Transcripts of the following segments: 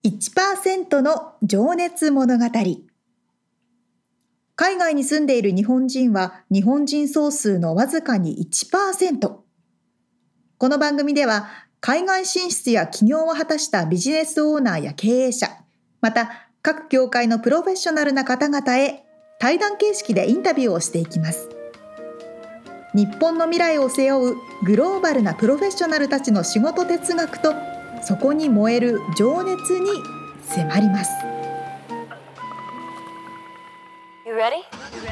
1% の情熱物語。海外に住んでいる日本人は日本人総数のわずかに 1%。この番組では海外進出や起業を果たしたビジネスオーナーや経営者、また各業界のプロフェッショナルな方々へ対談形式でインタビューをしていきます。日本の未来を背負うグローバルなプロフェッショナルたちの仕事哲学とそこに燃える情熱に迫ります。 You ready?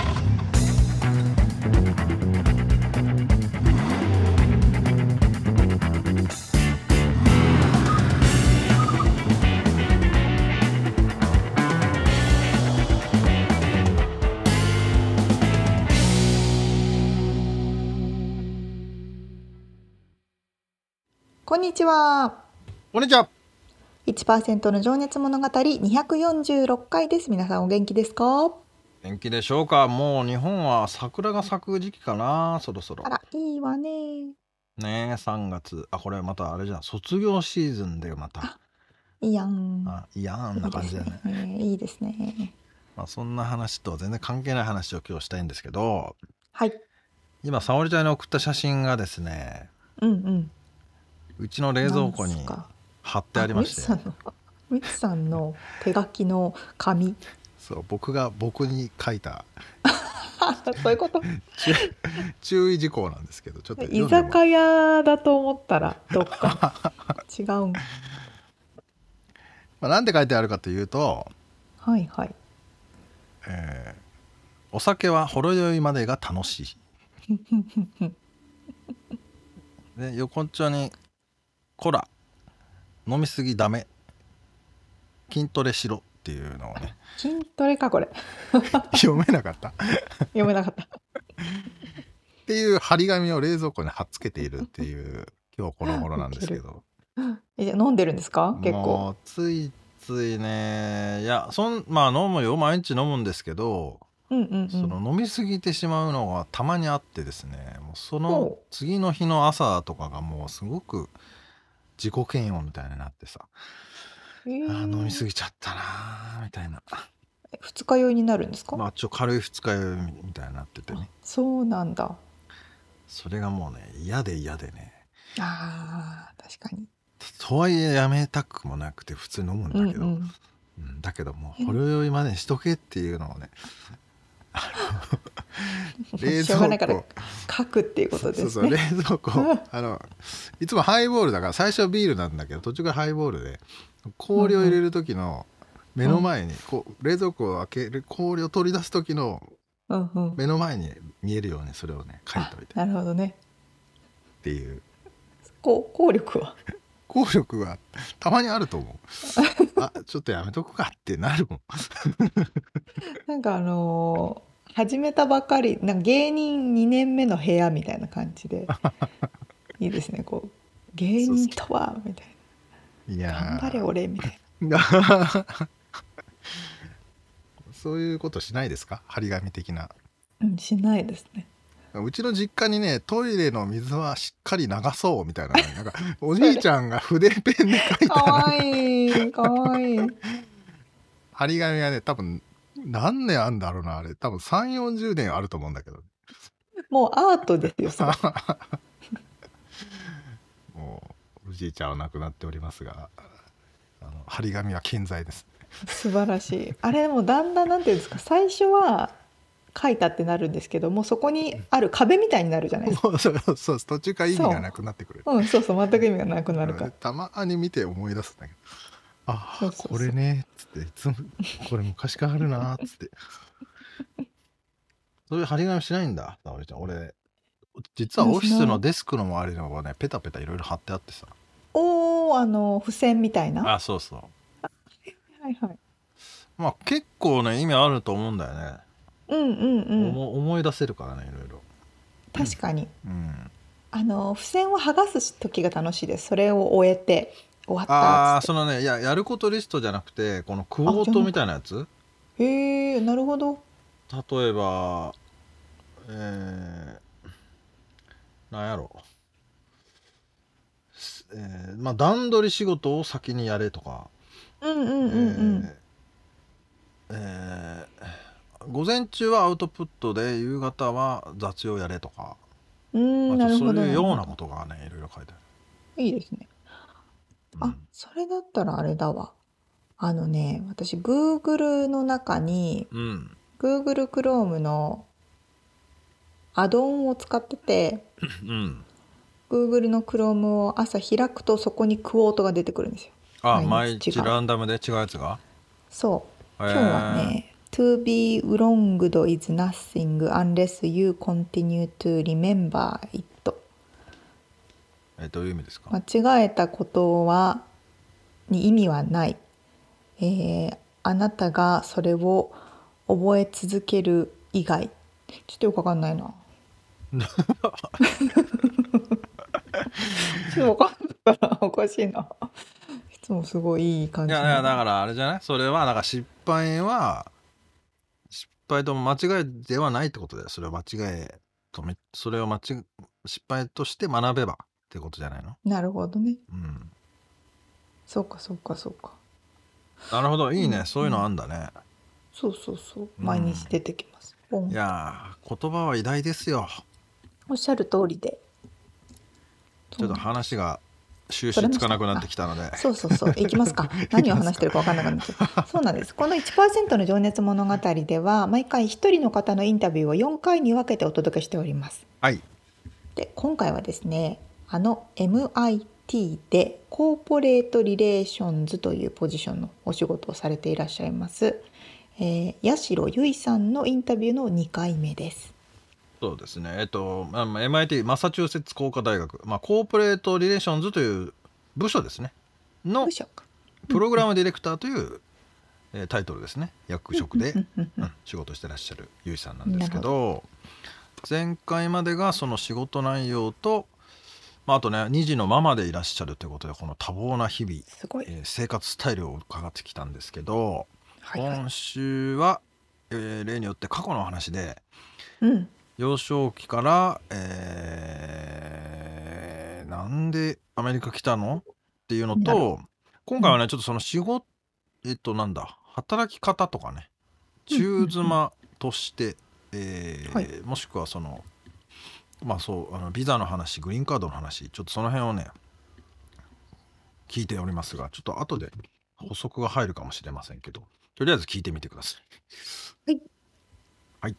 こんにちは。 こんにちは。 1% の情熱物語246回です。皆さんお元気ですか？ 元気でしょうか。もう日本は桜が咲く時期かな、そろそろ。 あら、いいわね。 ねえ、3月。これまたあれじゃん。卒業シーズンでまた。 いいやん。 いやーんな感じだよね。 いいですね。 そんな話と全然関係ない話を今日したいんですけど、 はい。 今、沙織ちゃんに送った写真がですね、うちの冷蔵庫に貼ってありまして。 みつさんの手書きの紙。 そう、僕に書いたそういうこと注意事項なんですけど、ちょっと居酒屋だと思ったらどっか違うんなんて書いてあるかというと、 はいはい、 お酒はほろ酔いまでが楽しいで、横っちょにこら飲みすぎダメ筋トレしろっていうのをね筋トレかこれ読めなかった読めなかったっていう張り紙を冷蔵庫に貼っつけているっていう今日この頃なんですけどじゃ飲んでるんですか？結構もうついついね、いや飲むよ、毎日飲むんですけど、その飲みすぎてしまうのがたまにあってですね、もうその次の日の朝とかがもうすごく自己嫌悪みたいになってさ、飲みすぎちゃったなみたいな。 二日酔いになるんですか？ 軽い二日酔いみたいになっててね。 そうなんだ。 それがもうね嫌でね。 確かに。 とはいえやめたくもなくて普通に飲むんだけど、だけどもうほろ酔いまでにしとけっていうのをね冷蔵庫書くっていうことですね。 そう冷蔵庫いつもハイボールだから最初はビールなんだけど途中からハイボールで氷を入れる時の目の前に冷蔵庫を開ける氷を取り出す時の目の前に見えるようにそれをね書いておいて。 なるほどね。 っていう効力はたまにあると思うちょっとやめとくかってなるもんなんか始めたばかり芸人2年目の部屋みたいな感じでいいですね。芸人とはみたいな、頑張れ俺みたいなそういうことしないですか？張り紙的な。 しないですね。 うちの実家にねトイレの水はしっかり流そうみたいななんかおじいちゃんが筆ペンで書いたかわいいかわいい張り紙がね多分何年あんだろうな、あれ多分3、40年あると思うんだけどもうアートですよそれもうおじいちゃんは亡くなっておりますが張り紙は健在です。 素晴らしい。あれもだんだんなんていうんですか、最初は書いたってなるんですけどもそこにある壁みたいになるじゃないですか。 そう途中から意味がなくなってくる。 そう全く意味がなくなるからたまに見て思い出すんだけどこれねっつっていつもこれ昔からあるなっつってそういう張り紙しないんだ沙織ちゃん。俺実はオフィスのデスクの周りの方ねペタペタいろいろ貼ってあってさ。 付箋みたいな。 そうそう。 はいはい。 結構ね意味あると思うんだよね。思い出せるからねいろいろ。 確かに。付箋を剥がす時が楽しいです。それを終えて終わったっつって。 そのねやることリストじゃなくてこのクォートみたいなやつ。 へえ、なるほど。 例えばなんやろ段取り仕事を先にやれとかうんうんうんうん。 え午前中はアウトプットで夕方は雑用やれとか、 なるほどそういうなるほど。 ようなことがねいろいろ書いてあいいですね。 る。 あ、それだったらあれだわ。私 Google の中にうん。 Google Chrome のアドオンを使ってて、 うん。 Google の Chrome を朝開くとそこにクォートが出てくるんですよ。 あ、 毎毎日違う。 日ランダムで違うやつが。 そう今日はえね To be wronged is nothing unless you continue to remember it。 どういう意味ですか？ 間違えたことはに意味はない、あなたがそれを覚え続ける以外。ちょっとよくわかんないな。ちょっとわかんないからおかしいな。いつもすごいいい感いやじなのに。 だからあれじゃない、それはなんか失敗と間違いではないってことだよ。それは間違いとそれを失敗として学べばってことじゃないの？ なるほどね。 うん。 そうかそうかそうか。 なるほど、いいね。 うんそういうのうん。 あんだね。 そうそうそう。 うん。 毎日出てきます。ポいンと。 や言葉は偉大ですよ。 おっしゃる通りで。そちょっとうなんです。 話が収取れました。 集つかなくなってあ、 きたので。 そうそうそう。いきますか。 い何をきますか。 話してるか分かんなくなっちゃった。そうなんです。この1%の情熱物語では、毎回一人の方のインタビューを4回に分けてお届けしております。 はい。 で、今回はですね、MIT でコーポレートリレーションズというポジションのお仕事をされていらっしゃいます、八代由衣さんのインタビューの2回目です。 そうですね。MIT マサチューセッツ工科大学、コーポレートリレーションズという部署ですねの部署か。 プログラムディレクターという、タイトルですね。役職で、 うん仕事してらっしゃるゆいさんなんですなるほど。 けど、前回までがその仕事内容と、あとね2児のママでいらっしゃるということで、この多忙な日々、 すごい。 生活スタイルを伺ってきたんですけど、 はいはい。 今週は、例によって過去の話で、 うん。 幼少期から、なんでアメリカ来たのっていうのなるほと、今ど。うん。 回はねちょっとその仕事、なんだ働き方とかね、 うん中うんうん。 妻として、 はい。 もしくはそのビザの話、グリーンカードの話、ちょっとその辺をね聞いておりますが、ちょっと後で補足が入るかもしれませんけど、とりあえず聞いてみてください。 はい。 はい。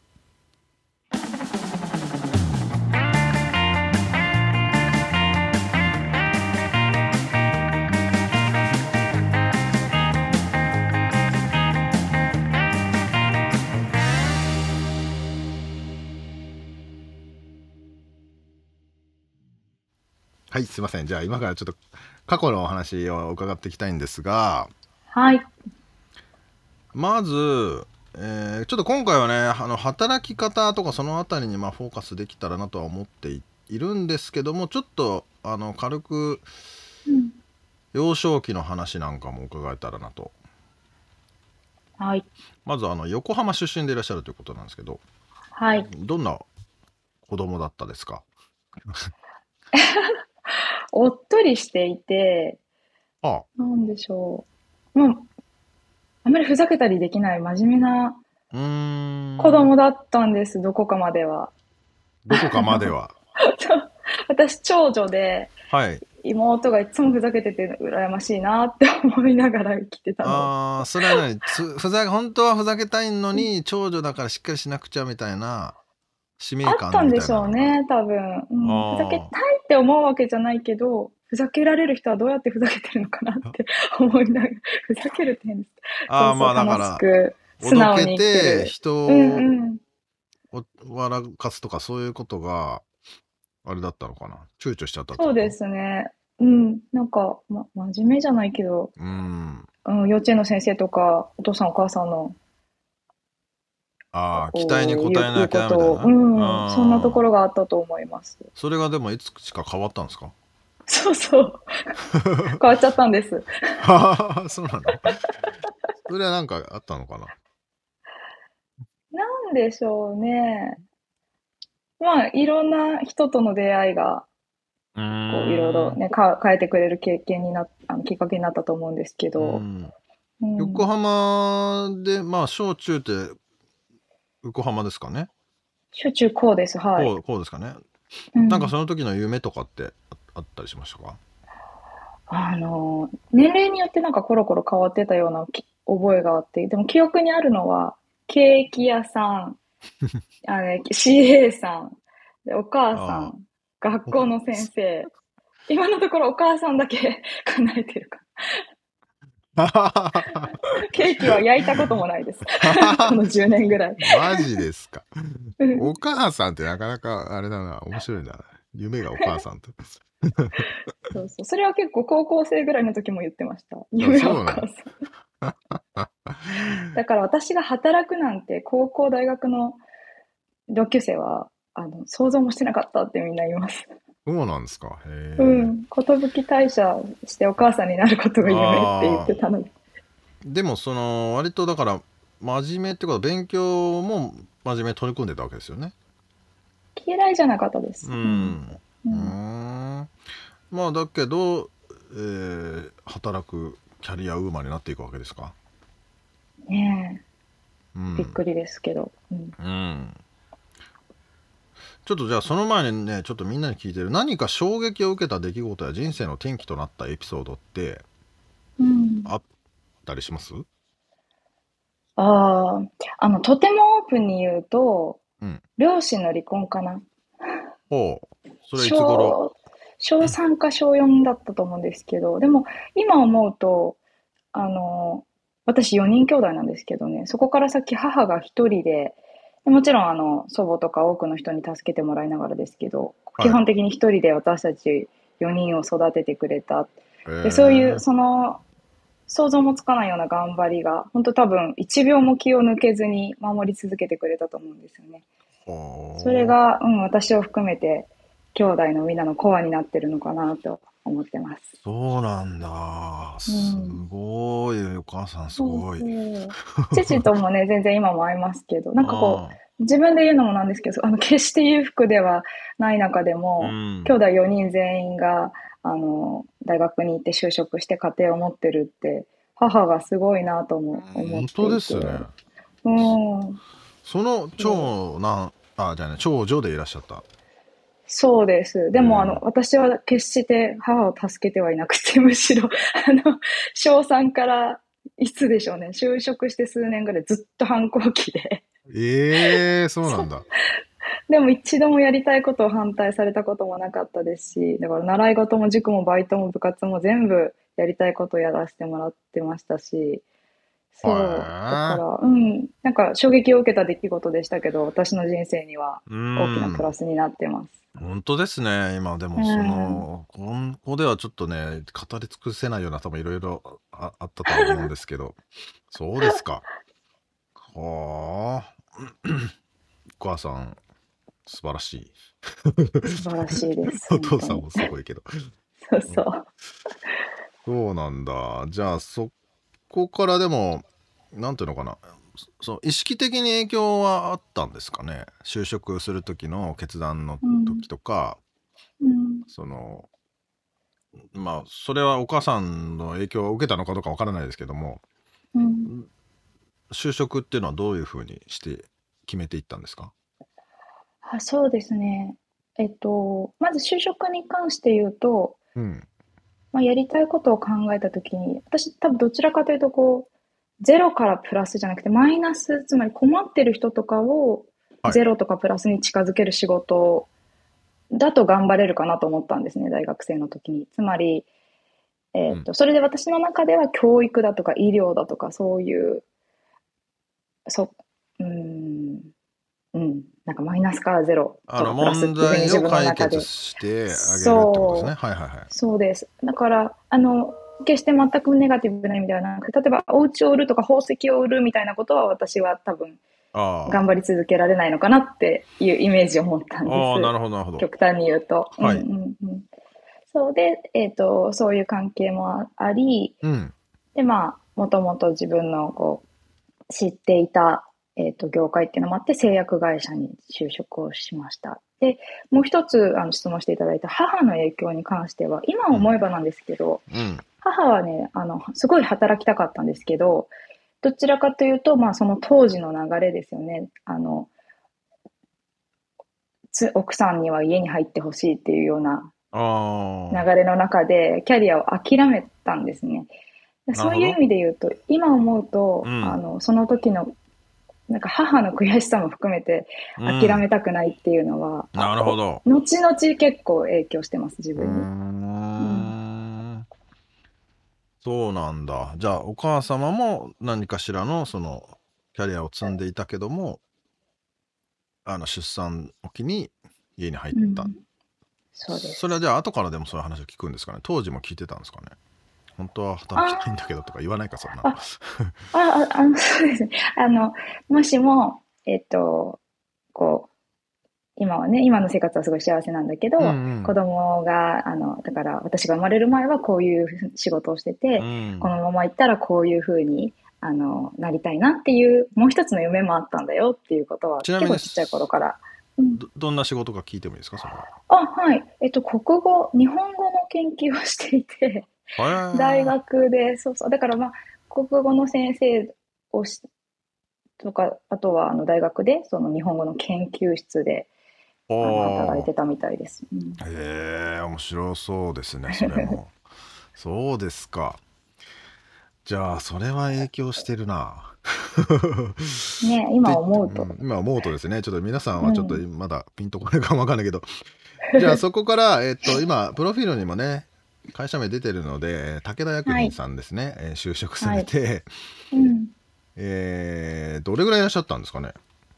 はい、すいません。じゃあ今からちょっと過去のお話を伺っていきたいんですが、 はい。 まず、ちょっと今回はね働き方とかそのあたりにフォーカスできたらなとは思っているんですけども、ちょっと軽くうん。 幼少期の話なんかも伺えたらなと。 はい。 まず横浜出身でいらっしゃるということなんですけど、 はい。 どんな子供だったですか？ おっとりしていて、 あなんでしょう。あんまりふざけたりできない真面目なうー子ん。 供だったんです、どこかまでは。 どこかまでは。 私、長女で、 はい。 妹がいつもふざけてて羨ましいなって思いながら生きてたの。 それは何本当はふざけたいのに長女だからしっかりしなくちゃみたいな使あ命感みたったんでしいなのが。 ょうね、多分。ふざけたいあって思うわけじゃないけど、ふざけられる人はどうやってふざけてるのかなって思いながら、ふざけるって変です。そうそう、 だか楽しらく、素おどけ直に生きててる。うん人をうん。 笑かすとかそういうことがあれだったのかな、躊躇しちゃったってそうでこと？ すね。うん。なんか、真面目じゃないけど、 うーん。 幼稚園の先生とか、お父さんお母さんの、 期待に応え言うなきことを、 ゃみたいな。 そんなところがあったと思います。 それがでもいつしか変わったんですか？ そうそう。変わっちゃったんです。 そうなの？それはなんかあったのかな？ なんでしょうね。いろんな人との出会いが、 うーいろいろん。 ね、変えてくれる経験にきっかけになったと思うんですけうど、 ん。 横浜で、まあ、小中って、横浜ですかね。 小中高です。はい。 こうですかね。なんかその時の夢とかってあったりしましたか？ 年齢によってなんかコロコロ変わってたような覚えがあって、でも記憶にあるのは、ケーキ屋さん、CA さん、でお母さん、学校の先生。今のところお母さんだけ叶えてるか。ケーキは焼いたこともないです。この10年ぐらい。 マジですか。お母さんってなかなかあれだな、面白いな。夢がお母さんと。 そうそう。それは結構高校生ぐらいの時も言ってました。夢はお母さん。だから私が働くなんて高校大学の同級生は想像もしてなかったってみんな言います。 そうなんですか。へうん。寿退社してお母さんになることが夢って言ってたので。 でも割とだから真面目ってことは勉強も真面目に取り組んでたわけですよね。 嫌いじゃなかったです。 まあだけど、働くキャリアウーマンになっていくわけですか。 ねえ、びっくりですけど。 ちょっとじゃあその前にね、ちょっとみんなに聞いてる、何か衝撃を受けた出来事や人生の転機となったエピソードってあったりします？ とてもオープンに言うと、両親の離婚かな。 ほう。それいつ頃？ 小3か小4だったと思うんですけど、でも今思うと、私4人兄弟なんですけどね、そこから先母が一人で、もちろん祖母とか多くの人に助けてもらいながらですけど、基本的に一人で私たち4人を育ててくれた。でそういう想像もつかないような頑張りが、本当多分1秒も気を抜けずに守り続けてくれたと思うんですよね。それが、私を含めて兄弟のみんなのコアになってるのかなと思ってます。 そうなんだ。すごい、お母さんすごい。 父ともね、全然今も会いますけど、なんかこう、自分で言うのもなんですけど、決して裕福ではない中でも、兄弟4人全員が、大学に行って就職して家庭を持ってるって、母がすごいなとも思っていて。 本当ですね。その長女でいらっしゃった。 そうです。でも私は決して母を助けてはいなくて、むしろ、小3からいつでしょうね、就職して数年ぐらいずっと反抗期で。そうなんだ。 でも一度もやりたいことを反対されたこともなかったですし、だから習い事も塾もバイトも部活も全部やりたいことをやらせてもらってましたし、そう、だから、なんか衝撃を受けた出来事でしたけど、私の人生には大きなプラスになってます。 本当ですね。今でもここではちょっとね、語り尽くせないような多分いろいろあったと思うんですけど、そうですか。はあ。お母さん素晴らしい。 素晴らしいです。 お父さんもすごいけど。 そうそう。 そうなんだ。じゃあそこからでもなんていうのかな。意識的に影響はあったんですかね。就職する時の決断の時とか、まあそれはお母さんの影響を受けたのかどうかわからないですけども、就職っていうのはどういうふうにして決めていったんですか？ そうですね。まず就職に関して言うと、やりたいことを考えたときに、私多分どちらかというとこう、ゼロからプラスじゃなくてマイナス、つまり困ってる人とかをゼロとかプラスに近づける仕事だと頑張れるかなと思ったんですね、大学生の時に。つまり、それで私の中では教育だとか医療だとかそういう、なんかマイナスからゼロとかプラスっていうふうに自分の中で。 問題を解決してあげるってことですね。はいはいはい。 そうです。だから、決して全くネガティブな意味ではなくて、例えばお家を売るとか宝石を売るみたいなことは私は多分頑張り続けられないのかなっていうイメージを持ったんです。 なるほどなるほど。 極端に言うと。 はい。 そうで、そういう関係もあり、で、まあ、もともと自分のこう知っていた、業界っていうのもあって製薬会社に就職をしました。で、もう一つ質問していただいた母の影響に関しては、今思えばなんですけど、 母はね、すごい働きたかったんですけど、どちらかというと、まあ、その当時の流れですよね。奥さんには家に入ってほしいっていうような流あれの中で、キャリアを諦めたんですね。 あ、なるほど。 そういう意味で言うと、今思うと、 うん。 その時の、なんか母の悔しさも含めてうん。 諦めたくないっていうのは、 なるほど。 後々結構影響してます、自うー分に。うん。 ん。そうなんだ。じゃあ、お母様も何かしらの、キャリアを積んでいたけども、出産を機に家に入った。 うん。そうでそれはす。 じゃあ、後からでもそういう話を聞くんですかね。当時も聞いてたんですかね。本当はあ働きたいんだけどとか言わないか、そんなの。 あ、そうですね。もしも、こう、今はね、今の生活はすごい幸せなんだけうんうど、子ん。 供が、だから私が生まれる前はこういう仕事をしてうて、こん。 のまま行ったらこういう風に、なりたいなっていう、もう一つの夢もあったんだよっていうことは、 ちなみに結構ちっちゃい頃から。うん。 どんな仕事か聞いてもいいですか、それは。 はい。日本語の研究をしていて、 へ大え。 学で、そうそう。だからまあ、国語の先生をとか、あとは大学で、その日本語の研究室で、働いおー。 てたみたいです。うん。 へえ、面白そうですね、それも。そうですか。じゃあ、それは影響してるな。 ね、 って言今って、 思うと。 うん、今思うとですね、ちょっと皆さんはちょっとうん。 まだピンとこないかもわかんないけど、じゃあそこから、今、プロフィールにもね、会社名出てるので、武田薬はい。 品さんですね、就職さはい。 れて、 うん。 どれぐらいいらっしゃったんですかね。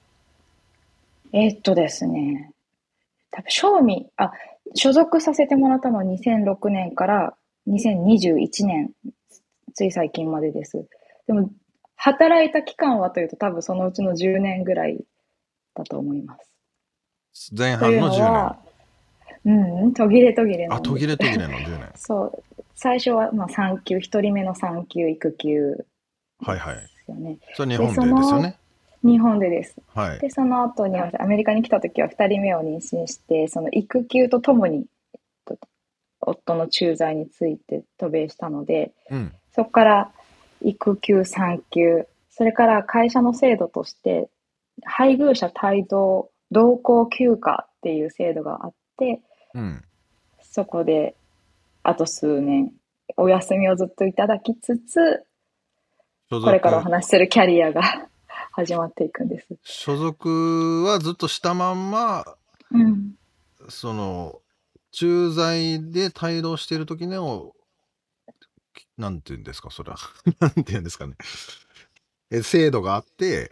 ですね、多分、所属させてもらったのは2006年から2021年、つい最近までです。でも、働いた期間はというと多分そのうちの10年ぐらいだと思います。という前半の10年。 のは、途切れ途切れあ、 なんです。 途切れ途切れの10年。 そう。最初は、まあ、産休、一人目の産休、育休ではいはい。 すよね。で、 それは日本でですよね。 日本でです。 はい。 で、その後に、アメリカに来た時は二人目を妊娠して、その育休とともに、と夫の駐在について渡米したので、 うん。 そこから育休、産休、それから会社の制度として、配偶者帯同同行休暇っていう制度があって、 うん。 そこであと数年、お休みをずっといただきつつ、 所これからお属、 話しするキャリアが始まっていくんです。 所属はずっとしたまんま、 うん。 その、駐在で帯同している時の、なんていうんですか、それは。なんていうんですかね。制度があって、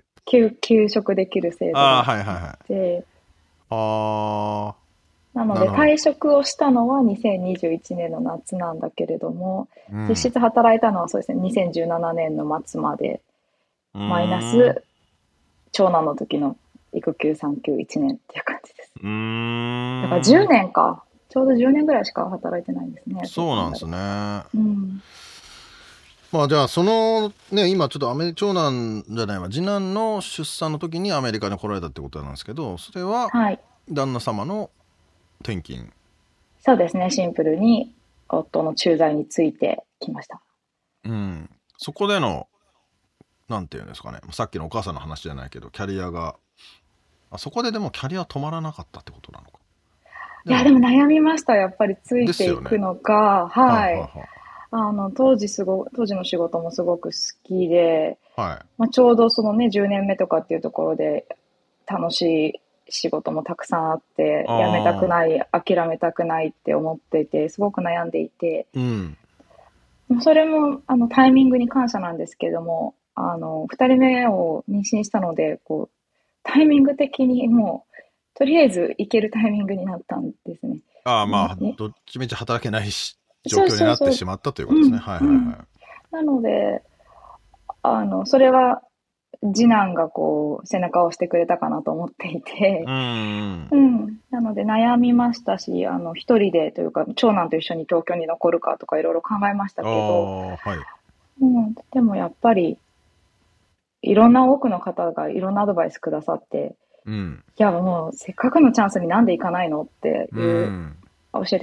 休職できる制度ああ、 があっはいはいはい。 て、 ああ、 なのなるほど。 で退職をしたのは2021年の夏なんだけれども、実うん。 質働いたのはそうですね、2017年の末まで、 うマイナーん。 ス長男の時の育休産休1年っていう感じです。 うーだから10 ん。 年か。ちょうど10年ぐらいしか働いてないんですね、そうそうなんです考えると。 ね。 うん。 まあじゃあね、今ちょっと長男じゃないわ、次男の出産の時にアメリカに来られたってことなんですけど、それははい。 旦那様の転勤。 そうですね、シンプルに夫の駐在についてきました。 うん。そこでの、なんていうんですかね、さっきのお母さんの話じゃないけど、キャリアが、そこででもキャリア止まらなかったってことなのか。 いや、ででも、 も悩みました。やっぱりついていですよね。 くのか。 はいはい。 はいはい。 当時の仕事もすごく好きで、 はい。 まあ、ちょうどそのね、10年目とかっていうところで、楽しい仕事もたくさんあって、辞めたくああ、 ない、諦めたくないって思っていて、すごく悩んでいて、 うん。 それも、タイミングに感謝なんですけれども、二人目を妊娠したので、タイミング的にもう、とりあえず行けるタイミングになったんですね。 ああ、まあ、 ね、 どっちみち働けない状そう況にそうそう。 なってしまったということですね。 うん、 はいうん。 はいはい。 なので、それは、次男が背中を押してくれたかなと思っていて、 うーん。 うん。なので悩みましたし、一人でというか、長男と一緒に東京に残るかとかいろいろ考えましたあけど、 あ、はい。 うん。でもやっぱり、いろんな多くの方がいろんなアドバイスくださって、 うん。 いやもうせっかくのチャンスになんで行かないのってういう、 ん。 教えてくれ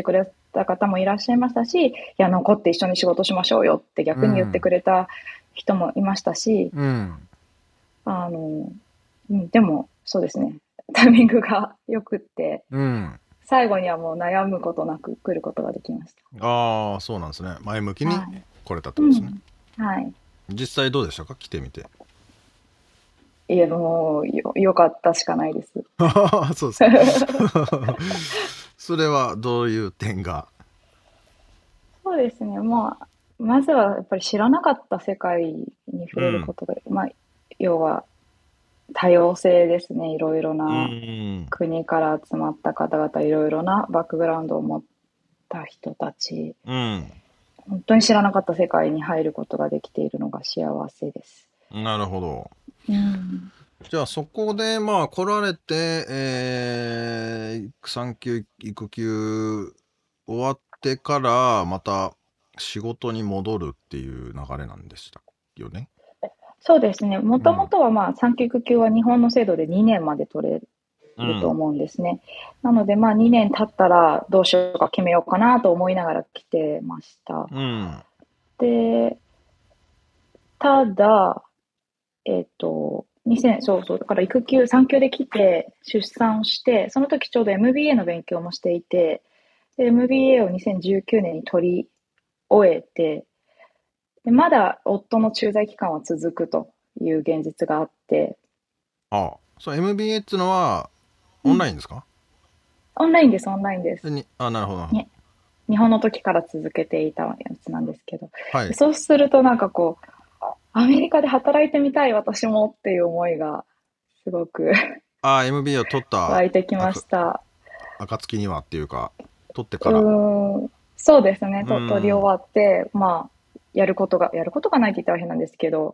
た方もいらっしゃいましたし、いや、残って一緒に仕事しましょうよって逆に言ってくれた人もいましたし、でも、そうですね。タイミングが良くって、最後にはもう悩むことなく来ることができました。 ああ、そうなんですね。前向きに来れたってことですね。 はい。 実際どうでしたか、来てみて。 いや、もうよかったしかないです。 そうですか。それはどういう点が？ そうですね。まずはやっぱり知らなかった世界に触れることが、要は多様性ですね。いろいろな国から集まった方々、いろいろなバックグラウンドを持った人たち、本当に知らなかった世界に入ることができているのが幸せです。 なるほど。じゃあそこで来られて、産休育休終わってからまた仕事に戻るっていう流れなんでしたよね。 そうですね。もともとは産休育休は日本の制度で2年まで取れると思うんですね。なので2年経ったらどうしようか決めようかなと思いながら来てました。で、ただ、だから産休で来て、出産をして、その時ちょうど MBA の勉強もしていて、で、MBA を2019年に取り終えて、でまだ夫の駐在期間は続くという現実があって。 そう、MBA っていうのはオンラインですか？ オンラインです、オンラインです。 なるほど。 日本の時から続けていたやつなんですけど、そうするとアメリカで働いてみたい私もっていう思いがすごく MBA を取った湧いてきました。 暁にはっていうか、取ってから。 そうですね。取り終わって、やることがないって言ったら変なんですけど、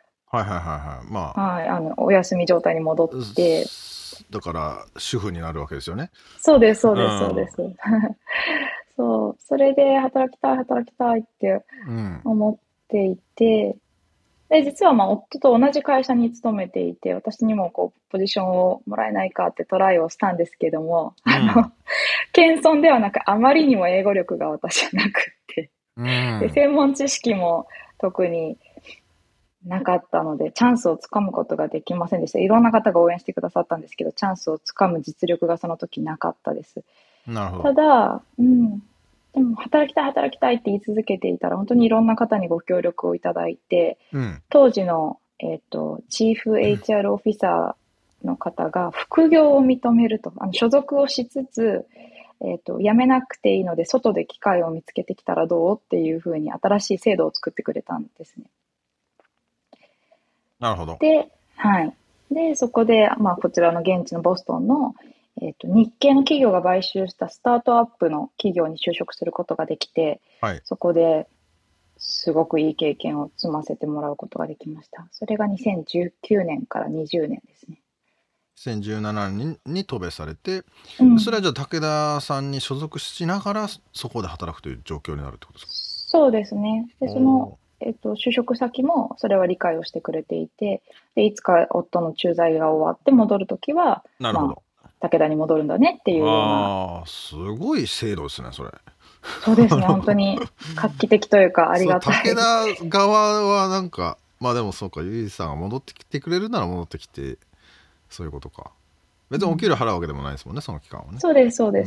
お休み状態に戻って。 だから主婦になるわけですよね。 そうです、そうです、そうです。そう、それで働きたいって思っていて、で、実は夫と同じ会社に勤めていて、私にもポジションをもらえないかってトライをしたんですけども、謙遜ではなく、あまりにも英語力が私はなくって、で、専門知識も特になかったので、チャンスをつかむことができませんでした。いろんな方が応援してくださったんですけど、チャンスをつかむ実力がその時なかったです。 なるほど。 ただ、でも働きたいって言い続けていたら、本当にいろんな方にご協力をいただいて、当時の、チーフ HR オフィサーの方が副業を認めると、所属をしつつ、辞めなくていいので、外で機会を見つけてきたらどうっていうふうに新しい制度を作ってくれたんですね。 なるほど。 で、で、そこで、こちらの現地のボストンの、日系の企業が買収したスタートアップの企業に就職することができて、そこですごくいい経験を積ませてもらうことができました。それが2019年から20年ですね。 2017年に渡米されて、それはじゃあ武田さんに所属しながらそこで働くという状況になるってことですか？ そうですね。で、その就職先もそれは理解をしてくれていて、でいつか夫の駐在が終わって戻るときは、武田に戻るんだねっていうような。 すごい制度ですね、それ。 そうですね、本当に画期的というかありがたい。 武田側はでもそうか、ゆいさんが戻ってきてくれるなら戻ってきて、そういうことか。別にお給料払うわけでもないですもんね、その期間はね。 そうです、そうです。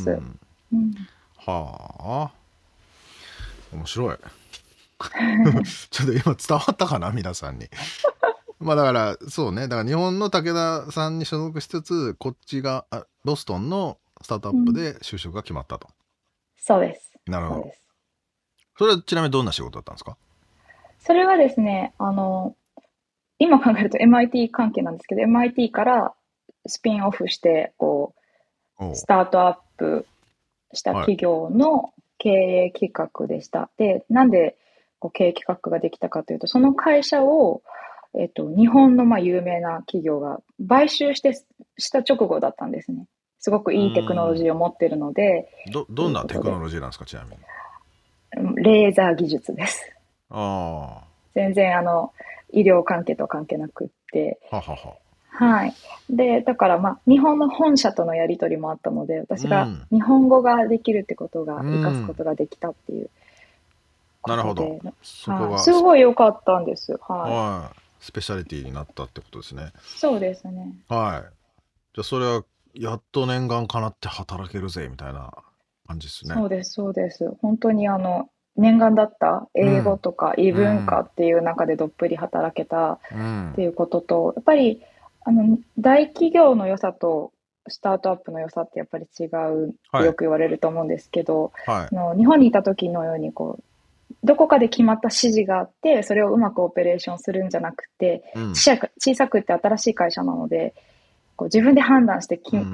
はあ、面白い。ちょっと今伝わったかな、皆さんに。だからそうね、だから日本の武田さんに所属しつつ、こっちがボストンのスタートアップで就職が決まったと。 そうです。 なるほど。それはちなみにどんな仕事だったんですか？ それはですね、今考えると MIT 関係なんですけど、MIT からスピンオフしてスタートアップした企業の経営企画でした。で、なんで経営企画ができたかというと、その会社を日本の有名な企業が買収した直後だったんですね。すごくいいテクノロジーを持っているので。 どんなテクノロジーなんですか、ちなみに。 レーザー技術です。全然医療関係と関係なくって。 はい。で、だから日本の本社とのやり取りもあったので、私がうん。 日本語ができるってことが、 う活かすこん。 とができたっていうこなるほど。 とで、はい。 そこがすごい良かったんです。はい。 はい。スペシャリティになったってことですね。 そうですね。 はい。じゃあそれはやっと念願かなって働けるぜみたいな感じですね。 そうです、そうです。本当に念願だった英語うん。 とか異う文化ん。 っていう中でどっぷり働けたっうん。 ていうことと、やっぱり、大企業の良さとスタートアップの良さってやっぱり違うってはい。 よく言われると思うんですけど、 はい。 日本にいた時のようにどこかで決まった指示があって、それをうまくオペレーションするんじゃなくて、 うん。 小さくって新しい会社なので、自分で判断してうん。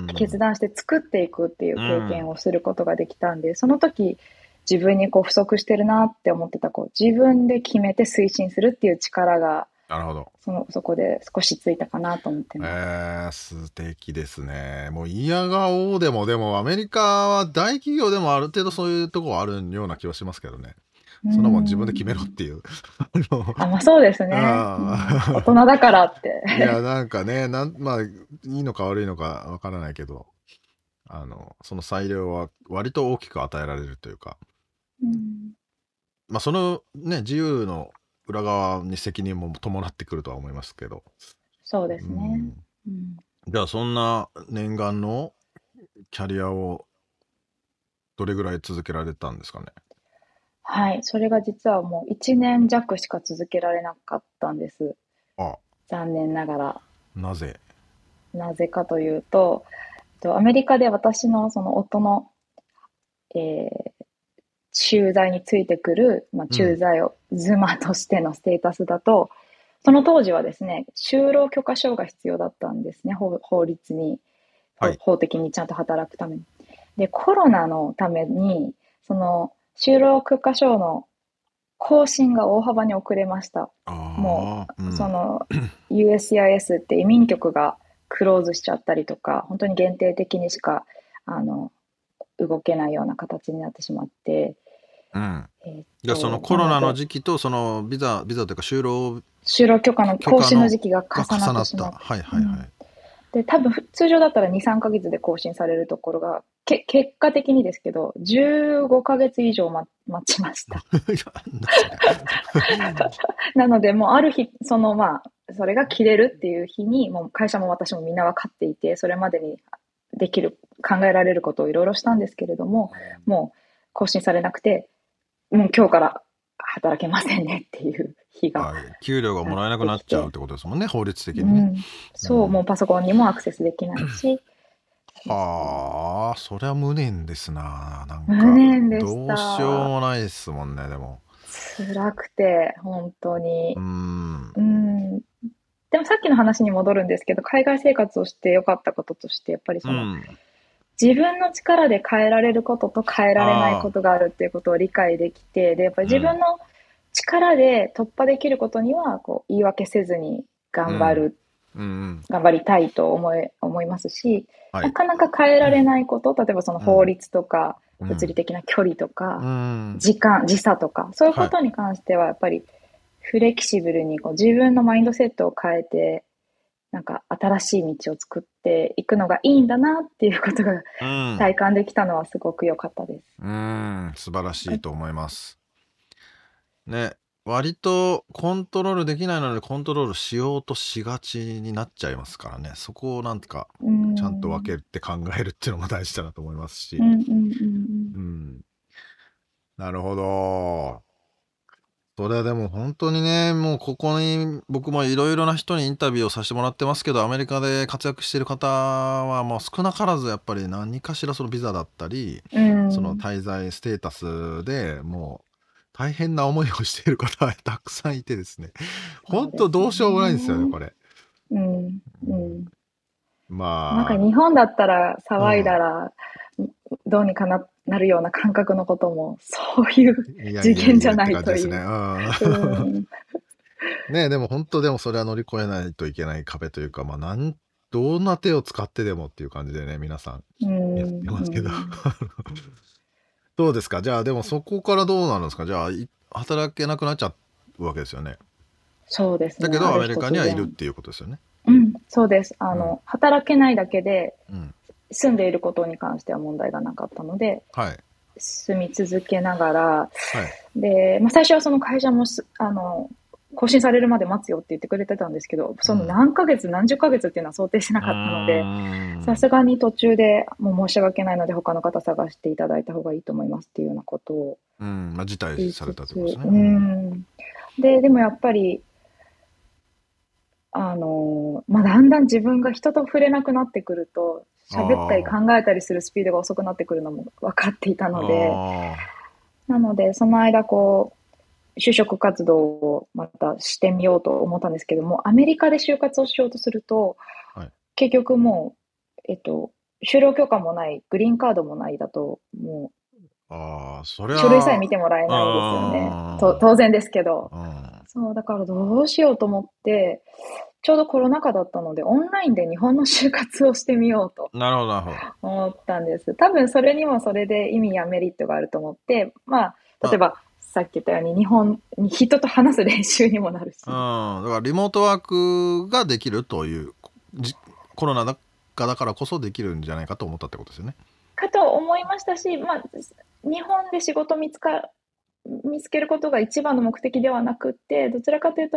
決断して作っていくっていうう経験ん。 をすることができたんで、その時自分に不足してるなって思ってた自分で決めて推進するっていう力がなるほど。 そこで少しついたかなと思ってます。 素敵ですね。もう嫌がおうでも、でもアメリカは大企業でもある程度そういうところあるような気はしますけどね。 うそんなもん自分で決めろっん。 ていう。 そうですね。うん、大人あだからっーいや、 て。 なんかね、まあ、いいのか悪いのかわからないけど、その裁量は割と大きく与えられるというか、 うん、 まあ、そのね、自由の裏側に責任も伴ってくるとは思いますけど、 そうでうすね。 ん。 うん、 じゃあ、そんな念願のキャリアをどれぐらい続けられたんですかね。 はい。それが実はもう1年弱しか続けられなかったんです。 あ、 残念ながら。 なぜ？ なぜかというと、アメリカで私のその夫の、えー駐在についてくる、駐うん。 在を妻としてのステータスだと、その当時はですね、就労許可証が必要だったんですね、法律に、 はい。 法的にちゃんと働くために。で、コロナのために、その就労許可証の更新が大幅に遅れました。もああ、うう、そん。 の USCIS って移民局がクローズしちゃったりとか、本当に限定的にしか、あの、動けないような形になってしまって、 うん。じゃあそのコロナのなので、 時期とそのビザというか就労就労許可の更許可の新の時期がが重なっ重なった。 てしまって、 はいはうん。 いはい。 で、多分、通常だったら2、3ヶ月で更新されるところが、結果的にですけど、15ヶ月以上待ちました。 なんだそれ。 なので、もうある日、それが切れるっていう日に、もう会社も私もみんな分かっていて、それまでにできる、考えられることをいろいろしたんですけれども、もう更新されなくて、もう今日から働けませんねっていう日がはい。給料がやっもらえなくてきて、 なっちゃうってことですもんね、法律的にね。 うん、そう、もううん。 パソコンにもアクセスできないし、ですね。 はあ、そりゃ無念ですな。なん無か、 念でしどうしようた。 もないですもんね、でも。 辛くて、本当うーに。 ん。 うん。でもさっきの話に戻るんですけど、海外生活をして良かったこととして、やっぱりうん。 自分の力で変えられることと変えられないああ、 ことがあるっていうことを理解できて、で、やっぱりうん。 自分の力で突破できることには、言い訳せずにうん。 頑張る、 うんうん。 頑張りたいと思いますし、 はい。 なかなか変えられないこと、例えばその法うん。 律とか、物理うん。 的な距離とうか、 ん。 時差とか、そういうはい。 ことに関しては、やっぱりフレキシブルに自分のマインドセットを変えて、なんか新しい道を作っていくのがいいんだなっていうことがうん。 体感できたのはすごく良かったです。 うん。素晴らしいと思います。ね。割とコントロールできないのでコントロールしようとしがちになっちゃいますからね。そこをなんかうちゃんとん。 分けて考えるっていうのも大事だなと思いますし。 うんうんうんうん。なるほど。それはでも本当にね、もうここに僕もいろいろな人にインタビューをさせてもらってますけど、アメリカで活躍している方はもう少なからずやっぱり何かしらそのビザだったり、 うん。 そのうん。 滞在ステータスでもう大変な思いをしている方はたくさんいてですね。本当そうですよどうしようもないんですよね、 ね。 これ。 うん。 うん、 うん。なんかま日本だったらあ、 騒いだらどうにかなるような感覚のこともそういういやい次元じゃなやいやって感じですね。 いという。 うん。 うん。 ねえ、でも本当でもそれは乗り越えないといけない壁というか、どんな手を使ってでもっていう感じでね、皆さんうやってん。 ますけど。 うん。 どうですか？じゃあ、でもそこからどうなるんですか？じゃあ、働けなくなっちゃうわけですよね。 そうですね。 だけどある日アメリカに突然。 はいるっていうことですよね。 うん。 そうです。働けないだけで、 うん。 住んでいることに関しては問題がなかったので、 はい。 住み続けながら、 はい。 で、最初はその会社も更新されるまで待つよって言ってくれてたんですけど、その何ヶ月、何十ヶ月っていうのは想定しなかったので、さすがに途中でもう申し訳ないので他の方探していただいた方がいいと思いますっていうようなことを辞退言いされつつ、 たってことですね。 でもやっぱり、だんだん自分が人と触れなくなってくると、喋ったり考えたりするスピードが遅くなってくるのも分かっていたので、なので、その間就職活動をまたしてみようと思ったんですけども、アメリカで就活をしようとすると、 はい、 結局もう、就労許可もない、グリーンカードもないだと、もう、書類さえ見てもらえないですよね。当然ですけど。そう、だからどうしようと思って、ちょうどコロナ禍だったので、オンラインで日本の就活をしてみようと思ったんです。多分それにもそれで意味やメリットがあると思って、例えば、さっき言ったように日本に人と話す練習にもなるし。 だからリモートワークができるという、コロナだからこそできるんじゃないかと思ったってことですよね。 かと思いましたし、日本で仕事見つけることが一番の目的ではなくって、どちらかというと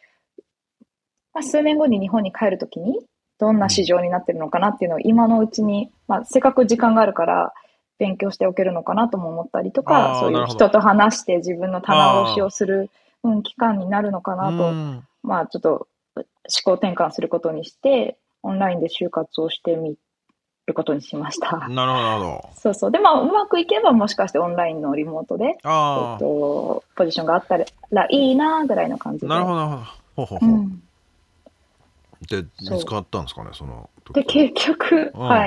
数年後に日本に帰るときにどんな市場になってるのかなっていうのを今のうちに、せっかく時間があるから勉強しておけるのかなとも思ったりとか、そういう人と話して自分の棚卸しをする、期間になるのかなと、ちょっと思考転換することにして、オンラインで就活をしてみることにしました。 なるほど、なるほど。 そうそう。で、うまくいけばもしかしてオンラインのリモートで、ポジションがあったらいいなぐらいの感じで。 なるほど、なるほど。で、見つかったんですかね、その時。 で、結局、はい、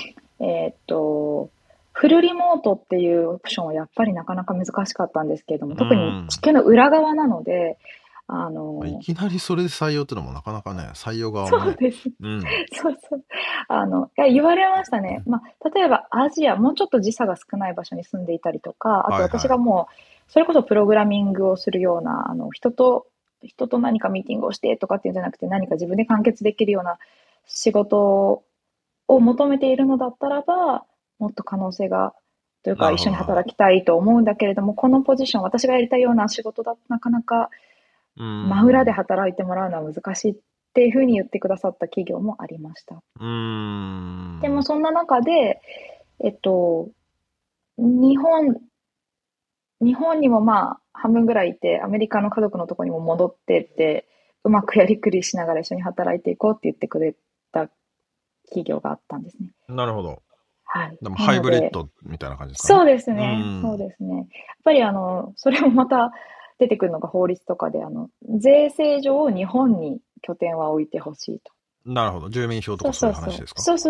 フルリモートっていうオプションはやっぱりなかなか難しかったんですけれども、特に地球の裏側なので、 いきなりそれで採用っていうのもなかなかね、採用側もね。そうです。そうそう。言われましたね。例えばアジア、もうちょっと時差が少ない場所に住んでいたりとか、あと私がもう、それこそプログラミングをするような、人と何かミーティングをしてとかっていうんじゃなくて、何か自分で完結できるような仕事を求めているのだったらば、もっと可能性が、というか一緒に働きたいと思うんだけれども、このポジション、私がやりたいような仕事だとなかなか真裏で働いてもらうのは難しいっていうふうに言ってくださった企業もありました。でもそんな中で、日本にも半分ぐらいいて、アメリカの家族のところにも戻ってって、うまくやりくりしながら一緒に働いていこうって言ってくれた企業があったんですね。 なるほど。 はい。 でもハイブリッドみたいな感じですかね。そうですね。そうですね。やっぱりそれもまた出てくるのが法律とかで、税制上日本に拠点は置いてほしいと。 なるほど。住民票とかそういう話ですか？ そう。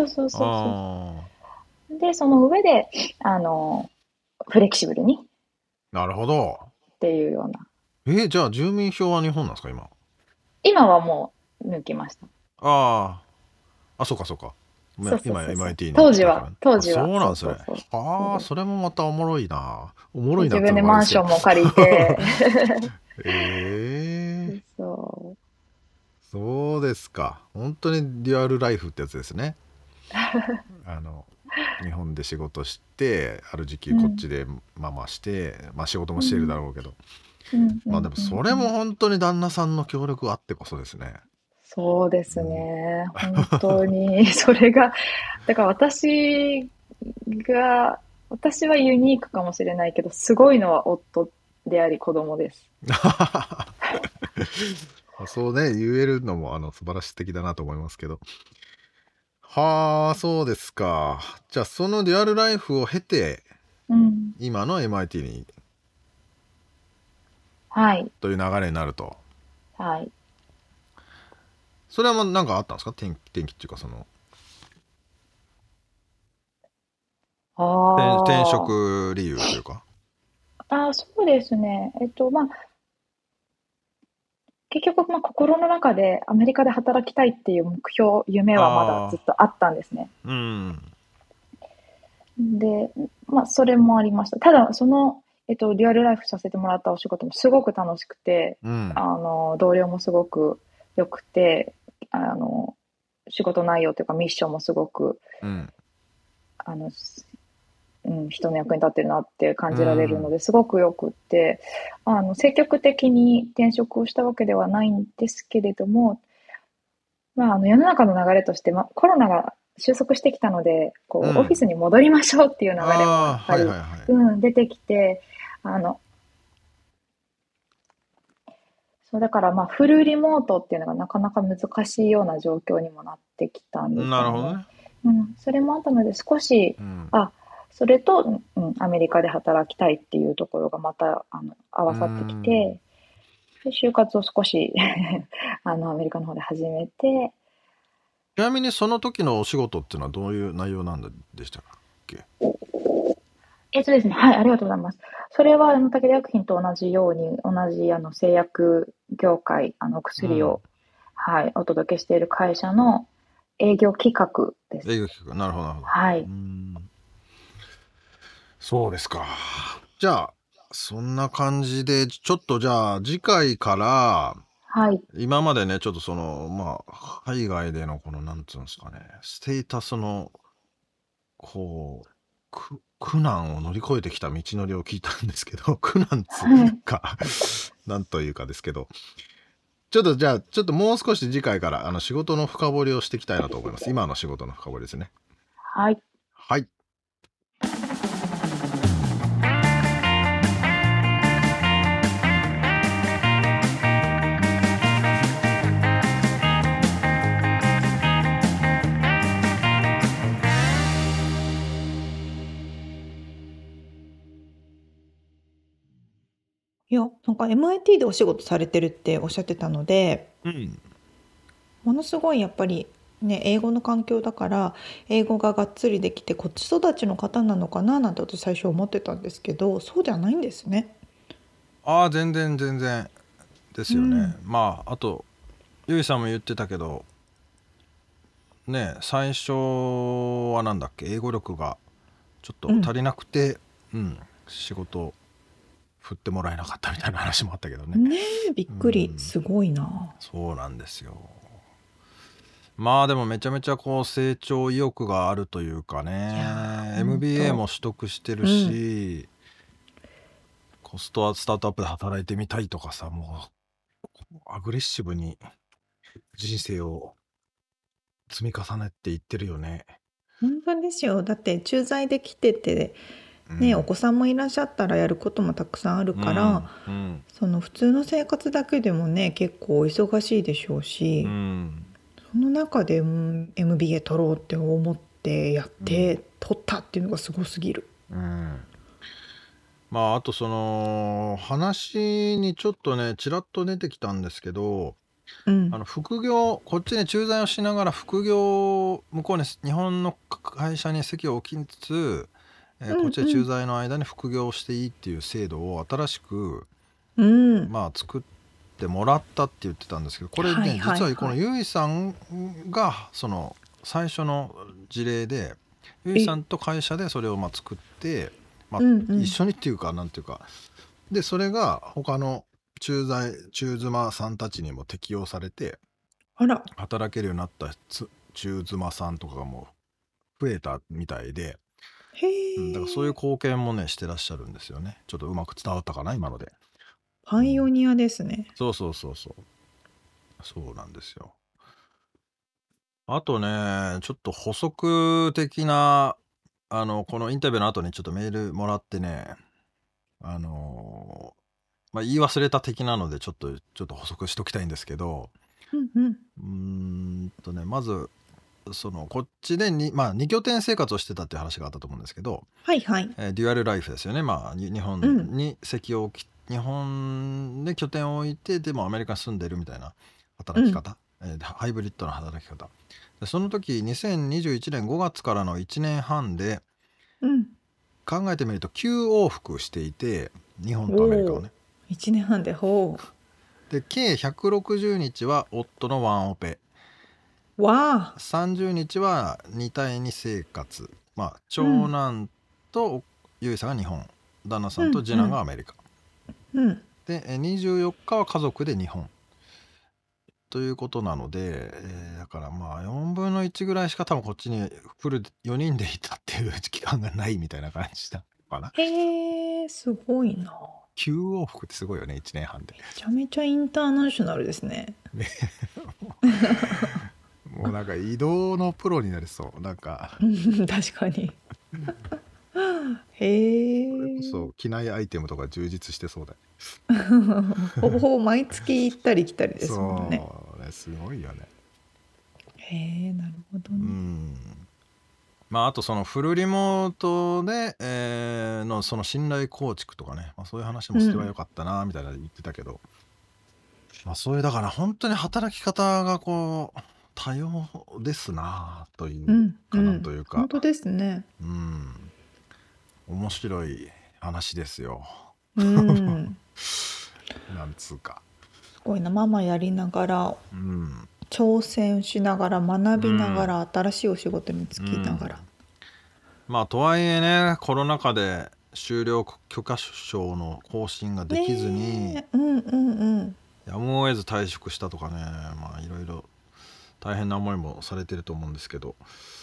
で、その上で、フレキシブルに。 なるほど。 っていうような。 じゃあ住民票は日本なんですか、今？ 今はもう抜きました。 そうかそうか。今 MIT に。 当時は。 そうなんですね。それもまたおもろいな。 自分でマンションも借りて。 そうですか。本当にデュアルライフってやつですね。日本で仕事して、ある時期こっちでして、仕事もしてるだろうけど。でもそれも本当に旦那さんの協力あってこそですね。 そうですね。本当に、それが、だから私はユニークかもしれないけど、すごいのは夫であり子供です。 そうね、言えるのも素晴らしい的だなと思いますけど。はあ、そうですか。じゃあそのデュアルライフを経て、今の MIT に、 はい、 という流れになると。 はい。 それは何かあったんですか？転機っていうか転職理由というか。 そうですね。結局心の中でアメリカで働きたいっていう目標、夢はまだずっとあったんですね。で、それもありました。ただそのデュアルライフさせてもらったお仕事もすごく楽しくて、同僚もすごく良くて、 仕事内容というかミッションもすごく、 うん、 人の役に立ってるなって感じられるのですごくよくって、積極的に転職をしたわけではないんですけれども、世の中の流れとして、コロナが収束してきたので、オフィスに戻りましょうっていう流れもやっぱり、出てきて、そうだからフルリモートっていうのがなかなか難しいような状況にもなってきたんですよね。 なるほどね。 それもあったので少し、それと、アメリカで働きたいっていうところがまた合わさってきて、で就活を少しアメリカの方で始めて。 ちなみにその時のお仕事っていうのはどういう内容なんでしたっけ？ ですね、はい、ありがとうございます。それは武田薬品と同じように、同じ製薬業界、薬を、お届けしている会社の営業企画です。 営業企画、なるほどなるほど。 はい。 そうですか。じゃあそんな感じで、ちょっとじゃあ次回から、今までねちょっとその海外でのこのなんつうんですかね、ステータスのこう苦難を乗り越えてきた道のりを聞いたんですけど、苦難つうかなんというかですけど、ちょっとじゃあちょっともう少し次回から仕事の深掘りをしていきたいなと思います。今の仕事の深掘りですね。 はい。 はい。 いや、なんか MIT でお仕事されてるっておっしゃってたので、ものすごいやっぱりね、英語の環境だから英語ががっつりできてこっち育ちの方なのかななんて私最初思ってたんですけど、そうではないんですね。 全然ですよね。あとゆいさんも言ってたけどね、最初はなんだっけ、英語力がちょっと足りなくて、仕事振ってもらえなかったみたいな話もあったけどね。 ねえ、びっくり、すごいな。 そうなんですよ。でもめちゃめちゃ成長意欲があるというかね、MBA も取得してるし、スタートアップで働いてみたいとかさ、もうアグレッシブに人生を積み重ねていってるよね。 本当ですよ。だって駐在で来ててね、お子さんもいらっしゃったらやることもたくさんあるから、その普通の生活だけでもね結構忙しいでしょうし、その中でMBA 取ろうって思ってやって、取ったっていうのがすごすぎる。 あとその話にちょっとねちらっと出てきたんですけど、副業、こっちで駐在をしながら副業、向こうに日本の会社に籍を置きつつ、こっちで駐在の間に副業をしていいっていう制度を新しく、作ってもらったって言ってたんですけど、これね、実はこのゆいさんがその最初の事例で、ゆいさんと会社でそれを作って、一緒にっていうかなんていうかで、それが他の中妻さんたちにも適用されて、働けるようになった中妻さんとかがもう増えたみたいで、だからそういう貢献もねしてらっしゃるんですよね。ちょっとうまく伝わったかな今ので。 パイオニアですね。 そうなんですよ。あとね、ちょっと補足的なこのインタビューの後にちょっとメールもらってね、言い忘れた的なのでちょっと補足しときたいんですけど、まずそのこっちで2拠点生活をしてたっていう話があったと思うんですけど、デュアルライフですよね。日本に籍を置き、日本で拠点を置いてでもアメリカに住んでるみたいな働き方、ハイブリッドな働き方で、その時2021年5月からの1年半で、考えてみると9往復していて、日本とアメリカをね 1年半でで計160日は夫のワンオペ、30日は2対2生活、長男とゆいさんが日本、旦那さんと次男がアメリカ、で24日は家族で日本ということなので、だからまあ4分の1ぐらいしか多分こっちに来る4人でいたっていう期間がないみたいな感じだかな。 へえ、すごいな。 9往復ってすごいよね、1年半で。 めちゃめちゃインターナショナルですね。 ねもうなんか移動のプロになりそう。なんか確かに。へそれこえ。 そ機内アイテムとか充実してそうだよ。 ほぼほぼ毎月行ったり来たりですもんね。 そうね、すごいよね。 へえ、なるほどうね。 ん。まああとそのフルリモートで、のその信頼構築とかね、まあ、そういう話もしてはよかったなみたいな言ってたけど、まあそういうだから本当に働き方がこう多様ですなといううんかなんというか、 本当ですね。 面白い話ですよ。 なんつうか。 すごいな。ママやりながら挑戦しながら学びながら新しいお仕事に就きながら、 まあとはいえね、コロナ禍で就労許可証の更新ができずに、やむを得ず退職したとかね、まあいろいろ大変な思いもされてると思うんですけど、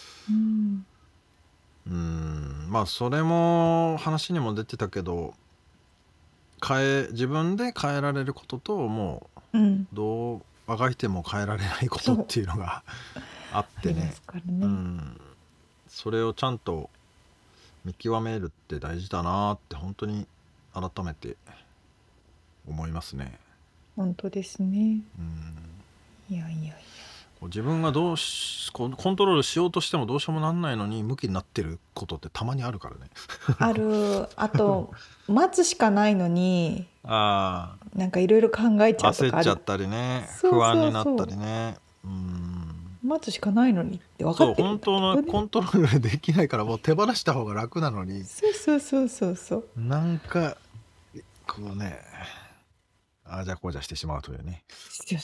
まあそれも話にも出てたけど、自分で変えられることと、もうどうあがいても変えられないことっていうのがあってね、それをちゃんと見極めるって大事だなって本当に改めて思いますね。 本当ですね。いやいやいや。 自分がコントロールしようとしてもどうしようもなんないのに向きになってることってたまにあるからね。 ある。あと待つしかないのになんかいろいろ考えちゃうとかある。 焦っちゃったりね、 そうそうそう不安になったりね。 待つしかないのにって分かってるんだけどね。 本当のコントロールできないからもう手放した方が楽なのに、 そうなんかこうね、ああじゃこうじゃしてしまうというね。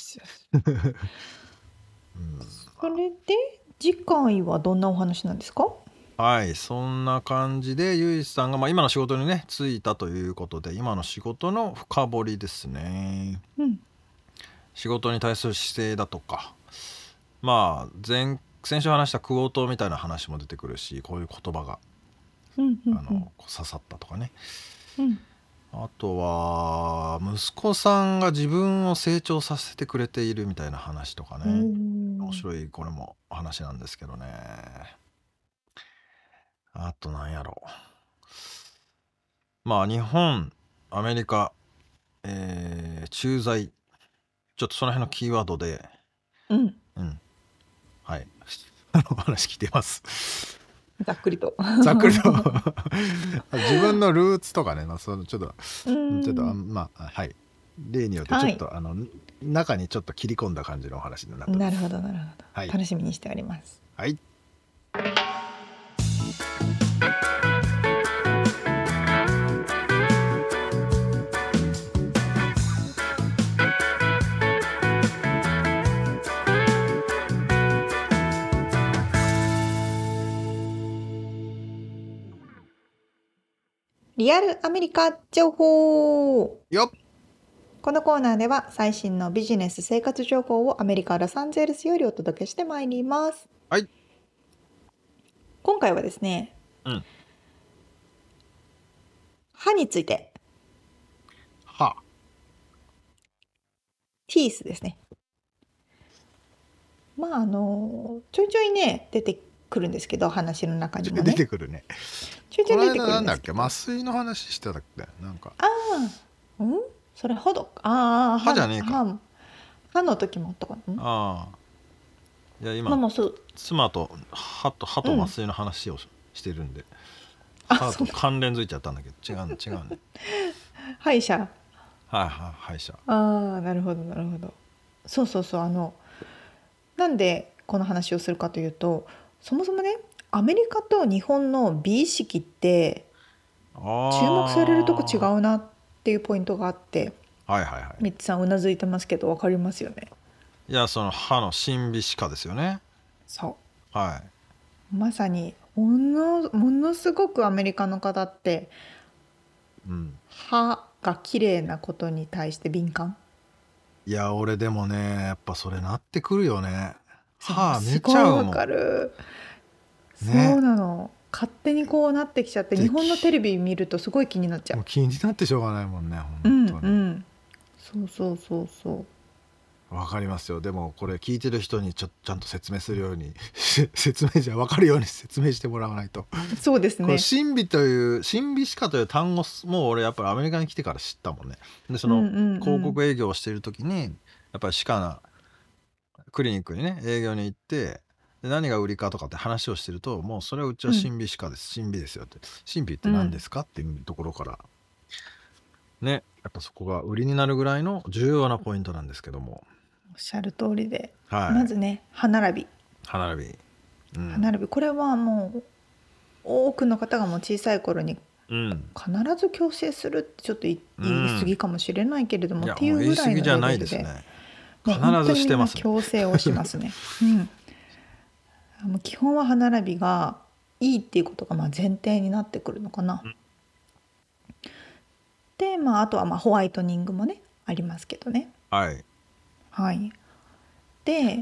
それで次回はどんなお話なんですか？ はい、そんな感じでゆいさんが、今の仕事にね就いたということで、今の仕事の深掘りですね。仕事に対する姿勢だとか、まあ先週話したクオートみたいな話も出てくるし、こういう言葉が刺さったとかね。あとは息子さんが自分を成長させてくれているみたいな話とかね、面白いこれも話なんですけどね。あとなんやろう、まあ日本、アメリカ、駐在、ちょっとその辺のキーワードではいお話聞いてます。 ざっくりと自分のルーツとかね、そのちょっとまあはい、例によってちょっと、中にちょっと切り込んだ感じのお話になってます。 なるほど、 はい、 楽しみにしております。 はい。 リアルアメリカ情報よっ。 このコーナーでは最新のビジネス生活情報をアメリカ・ロサンゼルスよりお届けしてまいります。 はい。 今回はですね、歯について。ティースですね。まあちょいちょいね出てくるんですけど、話の中にもね出てくるね。 ちょいちょい出てくるんですけど、 この間なんだっけ、麻酔の話してたっけ、なんか。 それ歯じゃねえか。 歯の時もあったかな。 いや今、妻と歯と麻酔の話をしてるんで、歯と関連づいちゃったんだけど、違うね。 歯医者。 歯医者。 なるほど。そうなんでこの話をするかというと、そもそもね、アメリカと日本の美意識って注目されるとこ違うなっていうポイントがあって、ミッツさんうなずいてますけど分かりますよね。 いや、その歯の審美歯科ですよね。 まさにものすごくアメリカの方って、歯が綺麗なことに対して敏感。 いや俺でもねやっぱそれなってくるよね。 そう見ちゃうもん。 すごいわかる。そねうなの。勝手にこうなってきちゃって、 で日本のテレビ見るとすごい気になっちゃう。 もう気になってしょうがないもんねうん本当に。 うんそうそうそうそう。 わかりますよ。でもこれ聞いてる人にちゃんと説明するように説明じゃ分かるように説明してもらわないと。 そうですね。 これ神秘歯科という単語もう俺やっぱりアメリカに来てから知ったもんね。でその広告営業をしている時にやっぱり歯科なクリニックにね営業に行ってで何が売りかとかって話をしてるともうそれはうちは神秘歯科です、神秘ですよって神秘って何ですかっていうところからねやっぱそこが売りになるぐらいの重要なポイントなんですけども、 おっしゃる通りで、 はい、 まずね歯並び、 歯並び、 歯並びこれはもう多くの方がもう小さい頃に必ず矯正するってちょっと言い過ぎかもしれないけれども、っていうぐらいのレベルで、 必ずしてますね。 矯正をしますね。もう基本は歯並びがいいっていうことがまあ前提になってくるのかな。であとはホワイトニングもねありますけどね。 はいで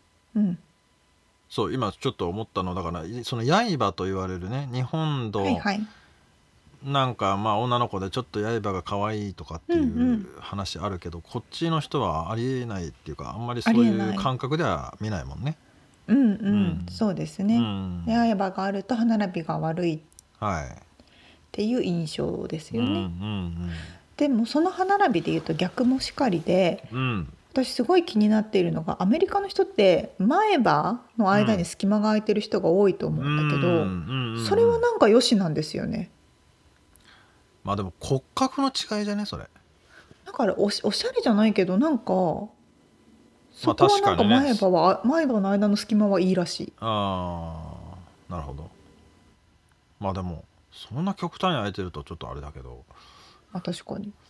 そう今ちょっと思ったのだからその刃と言われるね日本道、なんか女の子でちょっと刃が可愛いとかっていう話あるけど、こっちの人はありえないっていうかあんまりそういう感覚では見ないもんね。 そうですね。刃があると歯並びが悪いっていう印象ですよね。でもその歯並びでいうと逆もしかりで、私すごい気になっているのがアメリカの人って前歯の間に隙間が空いてる人が多いと思うんだけど、それはなんか良しなんですよね。 でも骨格の違いじゃねそれ。 だからおしゃれじゃないけどなんかそこはなんか前歯の間の隙間はいいらしい。 なるほど。でもそんな極端に空いてるとちょっとあれだけど。 確かに。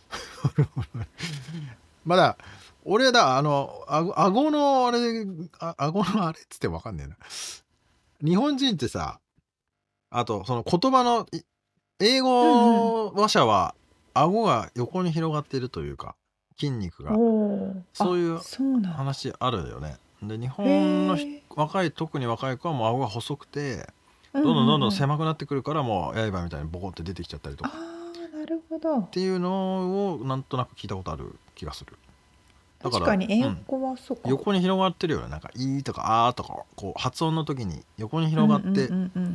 まだ俺だ顎のあれ顎のあれっつっても分かんねえな。日本人ってさあとその言葉の英語話者は顎が横に広がっているというか筋肉がそういう話あるよね。で日本の特に若い子はもう顎が細くてどんどん狭くなってくるからもう刃みたいにボコって出てきちゃったりとかなるほどっていうのをなんとなく聞いたことある気がする。だから確かに英語はそうか、 横に広がってるよね。なんか「い」とか「あ」とかこう発音の時に横に広がって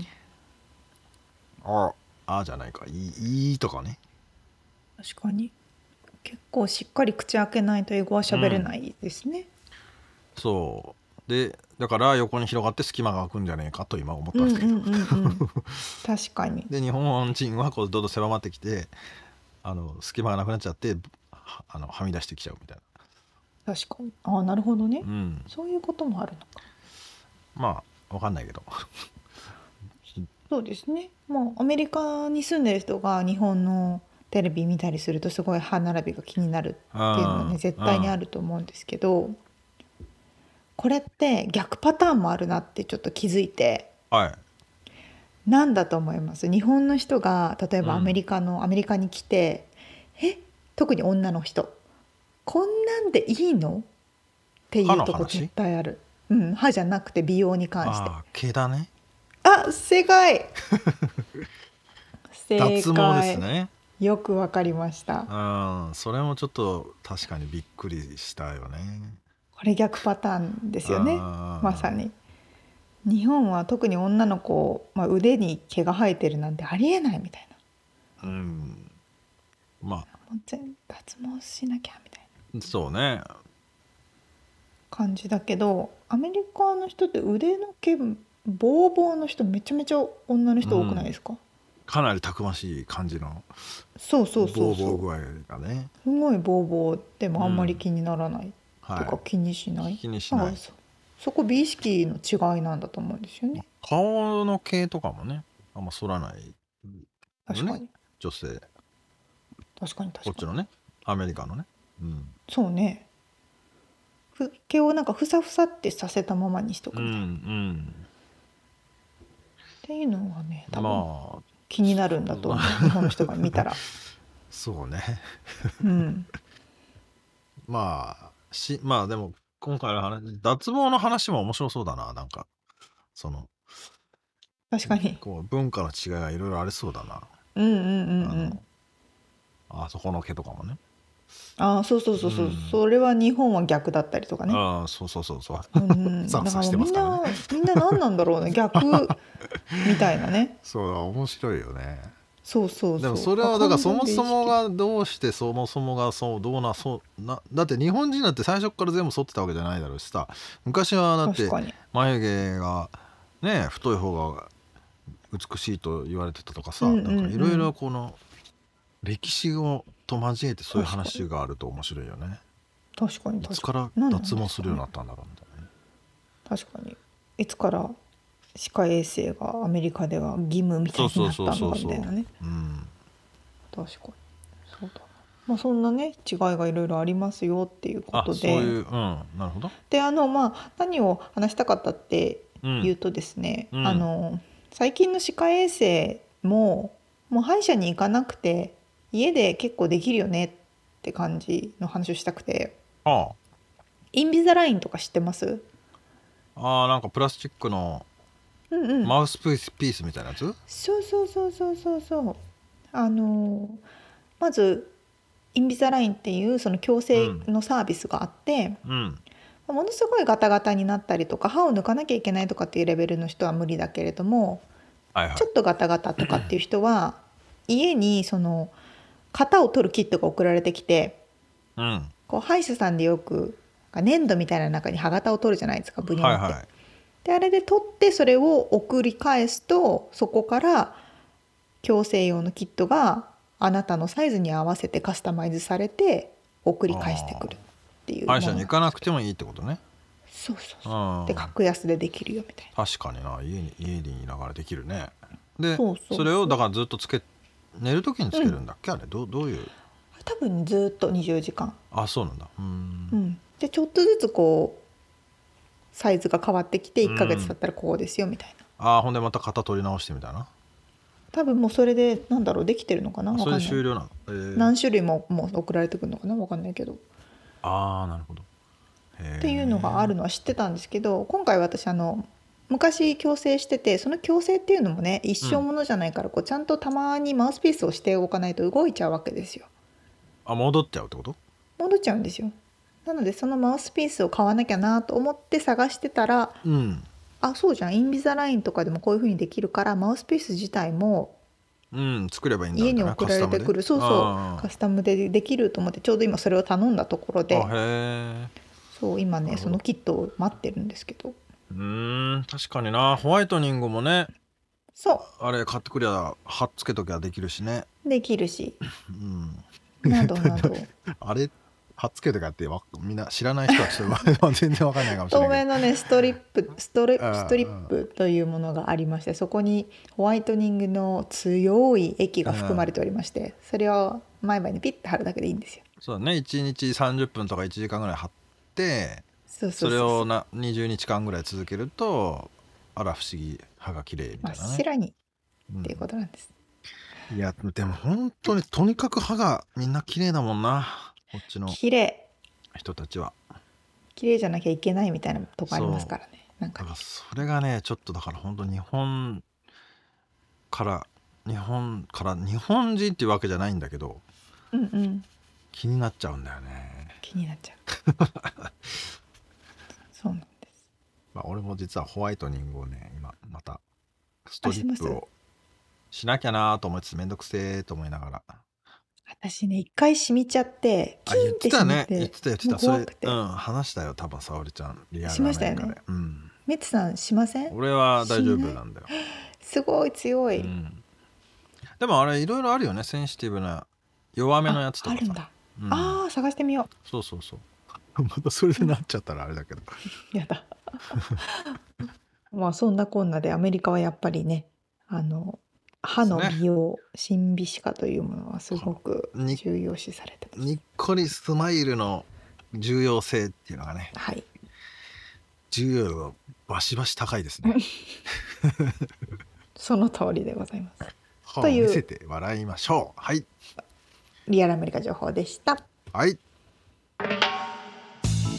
「あ」じゃないか「い」とかね。 確かに結構しっかり口開けないと英語は喋れないですね。 そうでだから横に広がって隙間が空くんじゃねえかと今思ったんですけど、 確かに。 で日本人はこうどんどん狭まってきて隙間がなくなっちゃってはみ出してきちゃうみたいな。 確かになるほどね、そういうこともあるのか。 分かんないけどそうですね。アメリカに住んでる人が日本のテレビ見たりするとすごい歯並びが気になるっていうのはね絶対にあると思うんですけど、これって逆パターンもあるなってちょっと気づいて、なんだと思います？日本の人が例えばアメリカに来て、特に女の人こんなんでいいのっていうとこ絶対ある。歯じゃなくて美容に関して。 毛だね。 正解脱毛ですね。 よくわかりました。 それもちょっと確かにびっくりしたよね。 これ逆パターンですよね。まさに日本は特に女の子、腕に毛が生えてるなんてありえないみたいな。脱毛しなきゃみたいな。 そうね。 感じだけどアメリカの人って腕の毛ボーボーの人めちゃめちゃ女の人多くないですか？ かなりたくましい感じのそうボーボー具合がね。 すごいボーボーでもあんまり気にならない、とか気にしない。そこ美意識の違いなんだと思うんですよね。 顔の毛とかもねあんま剃らない、 確かに女性。 確かにこっちのねアメリカのね、 そうね。毛をなんかふさふさってさせたままにしとくみたいな、っていうのはね多分気になるんだと思う、日本の人が見たらそうねまあでも今回の話、脱毛の話も面白そうだな。なんかその確かに。 こう文化の違いがいろいろありそうだな。 うんうんうんうん。 あそこの毛とかもね。 ああ、そうそうそうそう、 うんそれは日本は逆だったりとかね。 ああ、そうそうそうそう。 だからもうみんな何なんだろうね、逆みたいなね。 そうだ、面白いよね。 そうそうそう。 でもそれはだからそもそもがどうしてそもそもがそうどうなそうな、だって日本人だって最初から全部剃ってたわけじゃないだろうしさ、昔はだって眉毛がね太い方が美しいと言われてたとかさ、なんかいろいろこの歴史をと交えてそういう話があると面白いよね。 確かに。 いつから脱毛するようになったんだろうみたいなね。 確かに。いつから歯科衛生がアメリカでは義務みたいになったのかみたいなね。確かにそうだ。まあそんなね違いがいろいろありますよっていうことで。 そういう、なるほど。 でまあ何を話したかったっていうとですね、最近の歯科衛生もう歯医者に行かなくて家で結構できるよねって感じの話をしたくて。インビザラインとか知ってます？ なんかプラスチックのマウスピースみたいなやつ？ そうそうそうそうそうそう。まずインビザラインっていうその矯正のサービスがあって、ものすごいガタガタになったりとか歯を抜かなきゃいけないとかっていうレベルの人は無理だけれども、ちょっとガタガタとかっていう人は家にその型を取るキットが送られてきて、こう歯医者さんでよく粘土みたいな中に歯型を取るじゃないですか、ブニョンって。であれで取ってそれを送り返すと、そこから矯正用のキットがあなたのサイズに合わせてカスタマイズされて送り返してくるっていう。 歯医者に行かなくてもいいってことね。 そうそうそう。で格安でできるよみたいな。確かにな、家にいながらできるね。でそれをだからずっと寝る時につけるんだっけ、あれどういう？ 多分ずっと20時間。 そうなんだ。 でちょっとずつこうサイズが変わってきて1ヶ月経ったらこうですよみたいな。ほんでまた型取り直してみたいな。 多分もうそれでできてるのかな。 それで終了なの？ 何種類もう送られてくるのかな、分かんないけど。 なるほど。 っていうのがあるのは知ってたんですけど、今回私昔矯正してて、その矯正っていうのもね一生ものじゃないから、こうちゃんとたまにマウスピースをしておかないと動いちゃうわけですよ。 戻っちゃうってこと？ 戻っちゃうんですよ。なのでそのマウスピースを買わなきゃなと思って探してたら、そうじゃん、インビザラインとかでもこういう風にできるから、マウスピース自体も作ればいいんだ、 家に送られてくる。そうそう、カスタムでできると思って、ちょうど今それを頼んだところで、そう今ねそのキットを待ってるんですけど。 確かにな。ホワイトニングもね、 そうあれ買ってくりゃ貼っつけときゃできるしね。 できるし、などなどあれ貼っつけとかってみんな知らない人はちょっと全然わかんないかもしれない。 透明のねストリップというものがありまして、そこにホワイトニングの強い液が含まれておりまして、それを毎晩にピッて貼るだけでいいんですよ。 そうだね、1日30分とか1時間ぐらい貼って、それを20日間ぐらい続けると、あら不思議歯が綺麗みたいなね。 真っ白にっていうことなんです。 いやでも本当にとにかく歯がみんな綺麗だもんな、こっちの綺麗人たちは。 綺麗じゃなきゃいけないみたいなとこありますからね。なんかそれがねちょっとだから本当日本から日本人っていうわけじゃないんだけど、気になっちゃうんだよね。 気になっちゃうそうなんです。 俺も実はホワイトニングをね今またストリップをしなきゃなと思いつつ、めんどくせえと思いながら。 私ね一回染みちゃってキーンって染みて、 言ってたそれ話したよ多分、沙織ちゃんリアルしましたよね。メッツさんしません？ 俺は大丈夫なんだよ。 すごい強い。 でもあれいろいろあるよね、センシティブな弱めのやつとかさ。 あるんだ。探してみよう。 そうまたそれでなっちゃったらあれだけどやだまあそんなこんなでアメリカはやっぱりね、歯の美容、新美歯科というものはすごく重要視されてます。 にっこりスマイルの重要性っていうのがね、重要度バシバシ高いですねその通りでございます。 歯を見せて笑いましょう。 リアルアメリカ情報でした。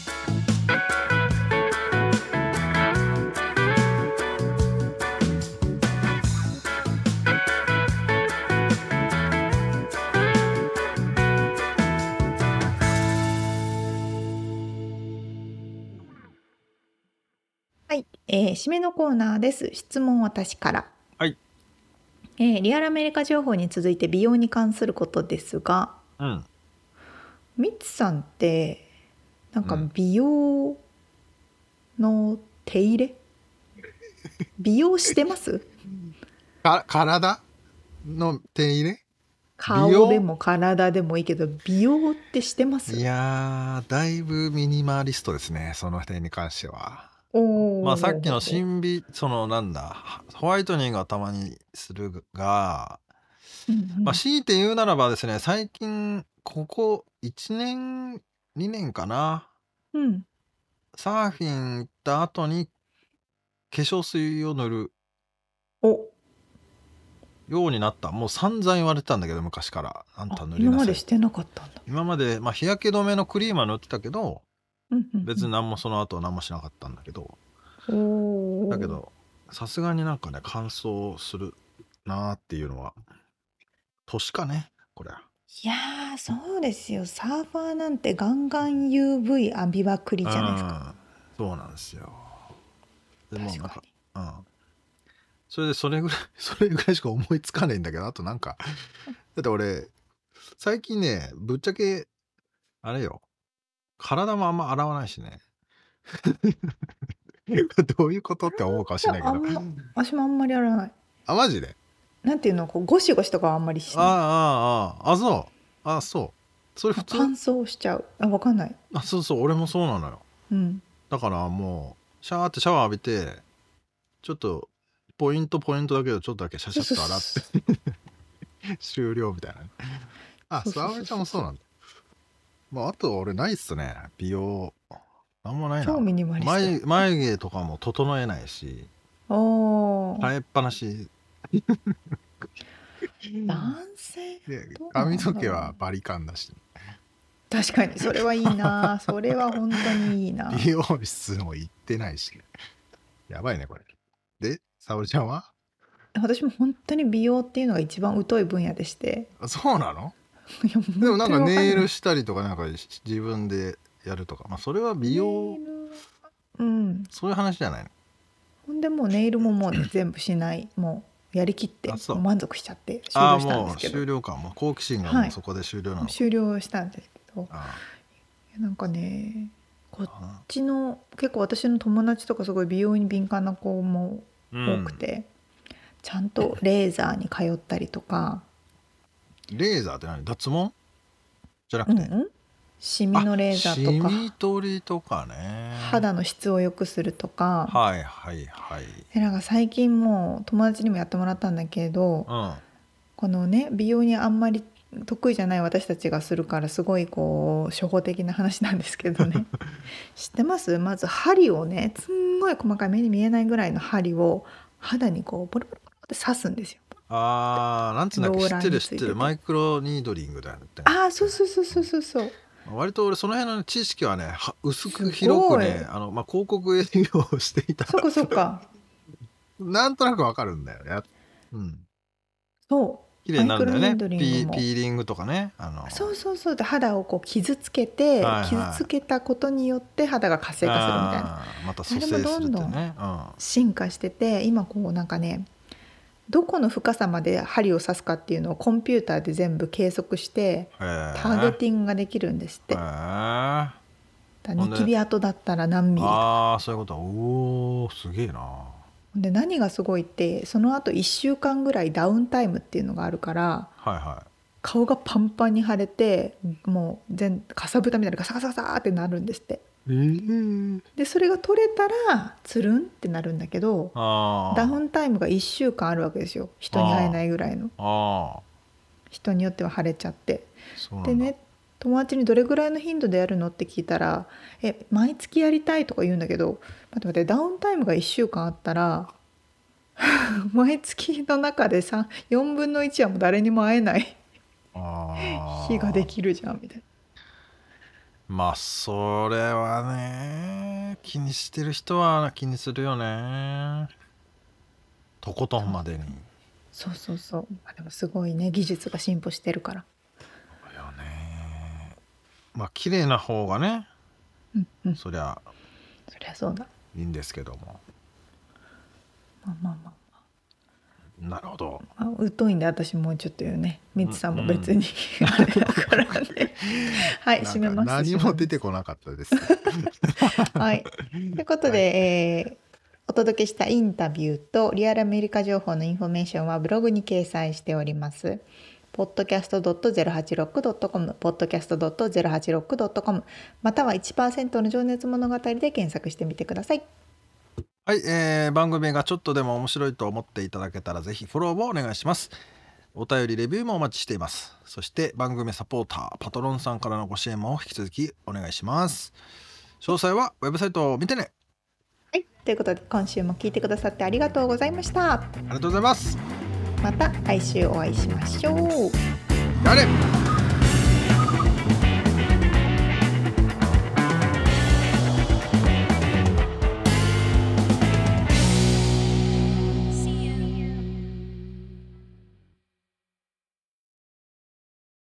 はい、締めのコーナーです。質問私から。 はい。 リアルアメリカ情報に続いて美容に関することですが、ミッツさんってなんか美容の手入れ、美容してます？ 体の手入れ？ 顔でも体でもいいけど、美容ってしてます？ いやー、だいぶミニマリストですね、その点に関しては。まあさっきの神秘、なんだ、ホワイトニングはたまにするが、まあ強いて言うならばですね、最近、ここ1年、2年かな。サーフィン行った後に化粧水を塗るようになった。もう散々言われてたんだけど、昔から。あんた塗りなさい。 今までしてなかったんだ。 今まで、まあ日焼け止めのクリームは塗ってたけど、別に何もその後何もしなかったんだけど、だけどさすがになんかね、乾燥するなーっていうのは年かね、これ。 いやー、そうですよ。サーファーなんてガンガン UV 浴びまくりじゃないですか。 そうなんですよ。でもなんか、それでそれぐらいしか思いつかないんだけど、あとなんかだって俺最近ね、ぶっちゃけあれよ、体もあんま洗わないしね。どういうことって思うかもしれないけど。 私もあんまり洗わない。 あ、マジで？ なんていうの、こうゴシゴシとかはあんまりしない。 そう。それ普通？ 乾燥しちゃう。わかんない。 そう、俺もそうなのよ。だからもうシャーってシャワー浴びて、ちょっとポイントだけどちょっとだけシャシャッと洗って終了みたいなね。沙織ちゃんもそうなんだ。まああと俺ないっすね、美容。なんもないな。 超ミニマリスト。 眉毛とかも整えないし、生えっぱなし。 男性髪の毛はバリカンだし。 確かにそれはいいな。それは本当にいいな。 美容室も行ってないし、やばいねこれ。で、沙織ちゃんは？ 私も本当に美容っていうのが一番疎い分野でして。 そうなの？でもなんかネイルしたりとか、なんか自分でやるとか、まあそれは美容、そういう話じゃないの？ ほんでもうネイルももうね全部しない、もうやりきって満足しちゃって終了したんですけど。 もう終了か。もう好奇心がもうそこで終了なの？ 終了したんですけど、なんかね、こっちの結構私の友達とかすごい美容に敏感な子も多くて、ちゃんとレーザーに通ったりとか。 レーザーって何？脱毛じゃなくて？ シミのレーザーとか、 シミ取りとかね、 肌の質を良くするとか。 でなんか最近もう友達にもやってもらったんだけど、このね美容にあんまり得意じゃない私たちがするからすごいこう初歩的な話なんですけどね知ってます？まず針をね、すんごい細かい目に見えないぐらいの針を肌にこうボロボロって刺すんですよ。 なんつうんだっけ、知ってるマイクロニードリングだよね。 そう割と俺その辺の知識はね、薄く広くね、広告営業をしていた。 そうかなんとなくわかるんだよね。 そう綺麗になるんだよね。ピーリングとかね。 そうで肌をこう傷つけて、傷つけたことによって肌が活性化するみたいな。 また蘇生するってね。 どんどん進化してて、今こうなんかね、どこの深さまで針を刺すかっていうのをコンピューターで全部計測してターゲティングができるんですって。ニキビ跡だったら何ミリとか。 そういうこと。おー、すげえな。 で何がすごいって、その後1週間ぐらいダウンタイムっていうのがあるから、顔がパンパンに腫れて、もうかさぶたみたいなガサガサガサってなるんですって。でそれが取れたらつるんってなるんだけど、ダウンタイムが1週間あるわけですよ。人に会えないぐらいの。人によっては腫れちゃって。でね、友達にどれぐらいの頻度でやるのって聞いたら、毎月やりたいとか言うんだけど、待って、ダウンタイムが1週間あったら毎月の中で4分の1はもう誰にも会えない日ができるじゃんみたいな。 まあそれはね、気にしてる人は気にするよね、とことんまでに。 そうでもすごいね、技術が進歩してるから。 そうよね。まあ綺麗な方がね、そりゃそうだ。 いいんですけども。なるほど。 疎いんで私もうちょっとよね。みつさんも別に、あれだからね。はい、締めます。 何も出てこなかったです。 はい。ということで、お届けしたインタビューとリアルアメリカ情報のインフォメーションはブログに掲載しております。podcast.086.com、podcast.086.com、または 1% の情熱物語で検索してみてください。 はい、番組がちょっとでも面白いと思っていただけたらぜひフォローをお願いします。お便りレビューもお待ちしています。そして番組サポーターパトロンさんからのご支援も引き続きお願いします。詳細はウェブサイトを見てね。 はい、ということで今週も聞いてくださってありがとうございました。 ありがとうございます。 また来週お会いしましょう。 やれ。